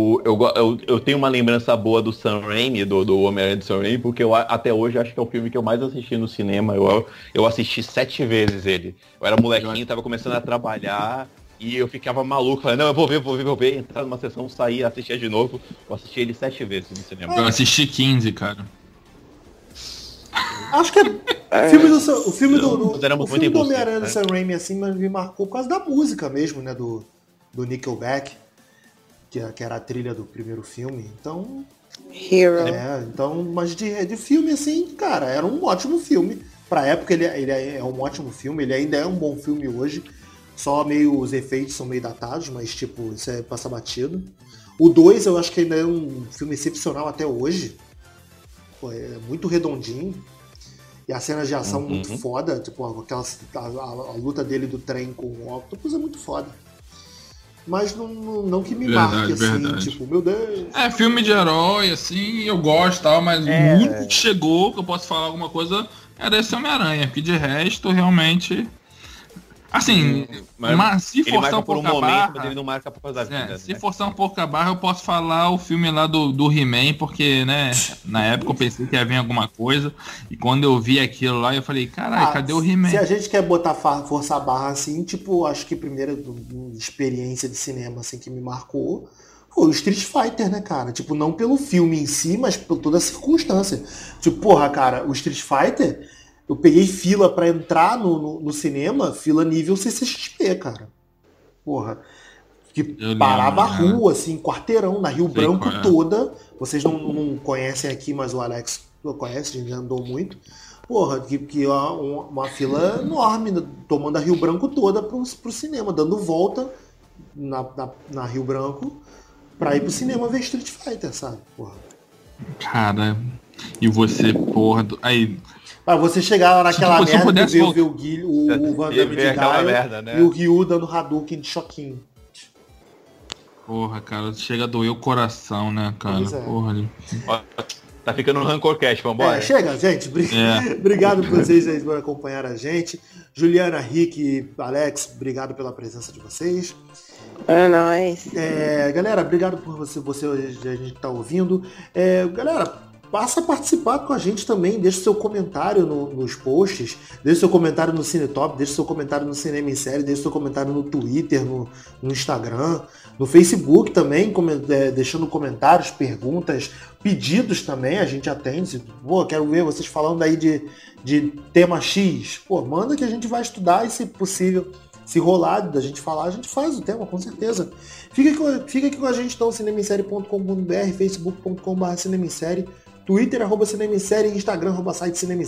[SPEAKER 3] Eu tenho uma lembrança boa do Sam Raimi, do Homem-Aranha do Sam Raimi, porque eu até hoje acho que é o filme que eu mais assisti no cinema. Eu assisti 7 vezes ele. Eu era molequinho, tava começando a trabalhar e eu ficava maluco, falando, não, eu vou ver, entrar numa sessão, sair, assistir de novo. Eu assisti ele 7 vezes no cinema.
[SPEAKER 2] Eu assisti 15, cara.
[SPEAKER 1] Acho que o filme do Homem-Aranha do Sam Raimi assim, me marcou por causa da música mesmo, né, do Nickelback. Que era a trilha do primeiro filme, então...
[SPEAKER 4] Hero.
[SPEAKER 1] Então, mas de filme, assim, cara, era um ótimo filme. Pra época, ele é um ótimo filme, ele ainda é um bom filme hoje. Só os efeitos são meio datados, mas, tipo, isso passa batido. O 2, eu acho que ainda é um filme excepcional até hoje. Pô, é muito redondinho. E as cenas de ação muito foda, tipo, a luta dele do trem com o Octopus é muito foda. Mas não que me marque, assim, tipo, meu Deus.
[SPEAKER 2] Filme de herói, assim, eu gosto e tal, mas o único que chegou, que eu posso falar alguma coisa, era esse Homem-Aranha, porque de resto, realmente... Assim, mas se forçar um pouco a barra...
[SPEAKER 3] Ele não marca por causa da vida,
[SPEAKER 2] se forçar um pouco a barra, eu posso falar o filme lá do He-Man, porque, né, na época eu pensei que ia vir alguma coisa, e quando eu vi aquilo lá, eu falei, caralho, cadê o He-Man?
[SPEAKER 1] Se a gente quer botar forçar a barra, assim, tipo, acho que a primeira experiência de cinema, assim, que me marcou, foi o Street Fighter, né, cara? Tipo, não pelo filme em si, mas por toda a circunstância. Tipo, porra, cara, o Street Fighter... Eu peguei fila pra entrar no cinema, fila nível CCXP, cara. Porra. Que parava a rua, assim, quarteirão, na Rio Branco toda. Vocês não conhecem aqui, mas o Alex conhece, a gente andou muito. Porra, que uma fila enorme, tomando a Rio Branco toda pro cinema, dando volta na Rio Branco pra ir pro cinema ver Street Fighter, sabe? Porra.
[SPEAKER 2] Cara, e você, porra... Aí...
[SPEAKER 1] Pra você chegar lá naquela merda e ver o Van Damme de
[SPEAKER 3] merda, né?
[SPEAKER 1] E o Ryu dando Hadouken de choquinho.
[SPEAKER 2] Porra, cara, chega a doer o coração, né, cara? Porra.
[SPEAKER 3] Tá ficando um Rancorcast, vambora?
[SPEAKER 1] Chega, gente. Obrigado por vocês aí por acompanhar a gente. Juliana, Rick, Alex, obrigado pela presença de vocês.
[SPEAKER 4] É nóis.
[SPEAKER 1] Galera, obrigado por você a gente que tá ouvindo. Galera, passa a participar com a gente também, deixa seu comentário nos posts, deixa seu comentário no Cinetop, deixa seu comentário no Cinema em Série, deixa seu comentário no Twitter, no Instagram, no Facebook também, deixando comentários, perguntas, pedidos também, a gente atende. Pô, quero ver vocês falando aí de tema X. Pô, manda que a gente vai estudar e, se possível, se rolar da gente falar, a gente faz o tema, com certeza. Fica aqui com a gente então, cinemissérie.com.br, facebook.com.br cinemissérie, Twitter, @cinemissérie, Instagram, @site cinemissérie.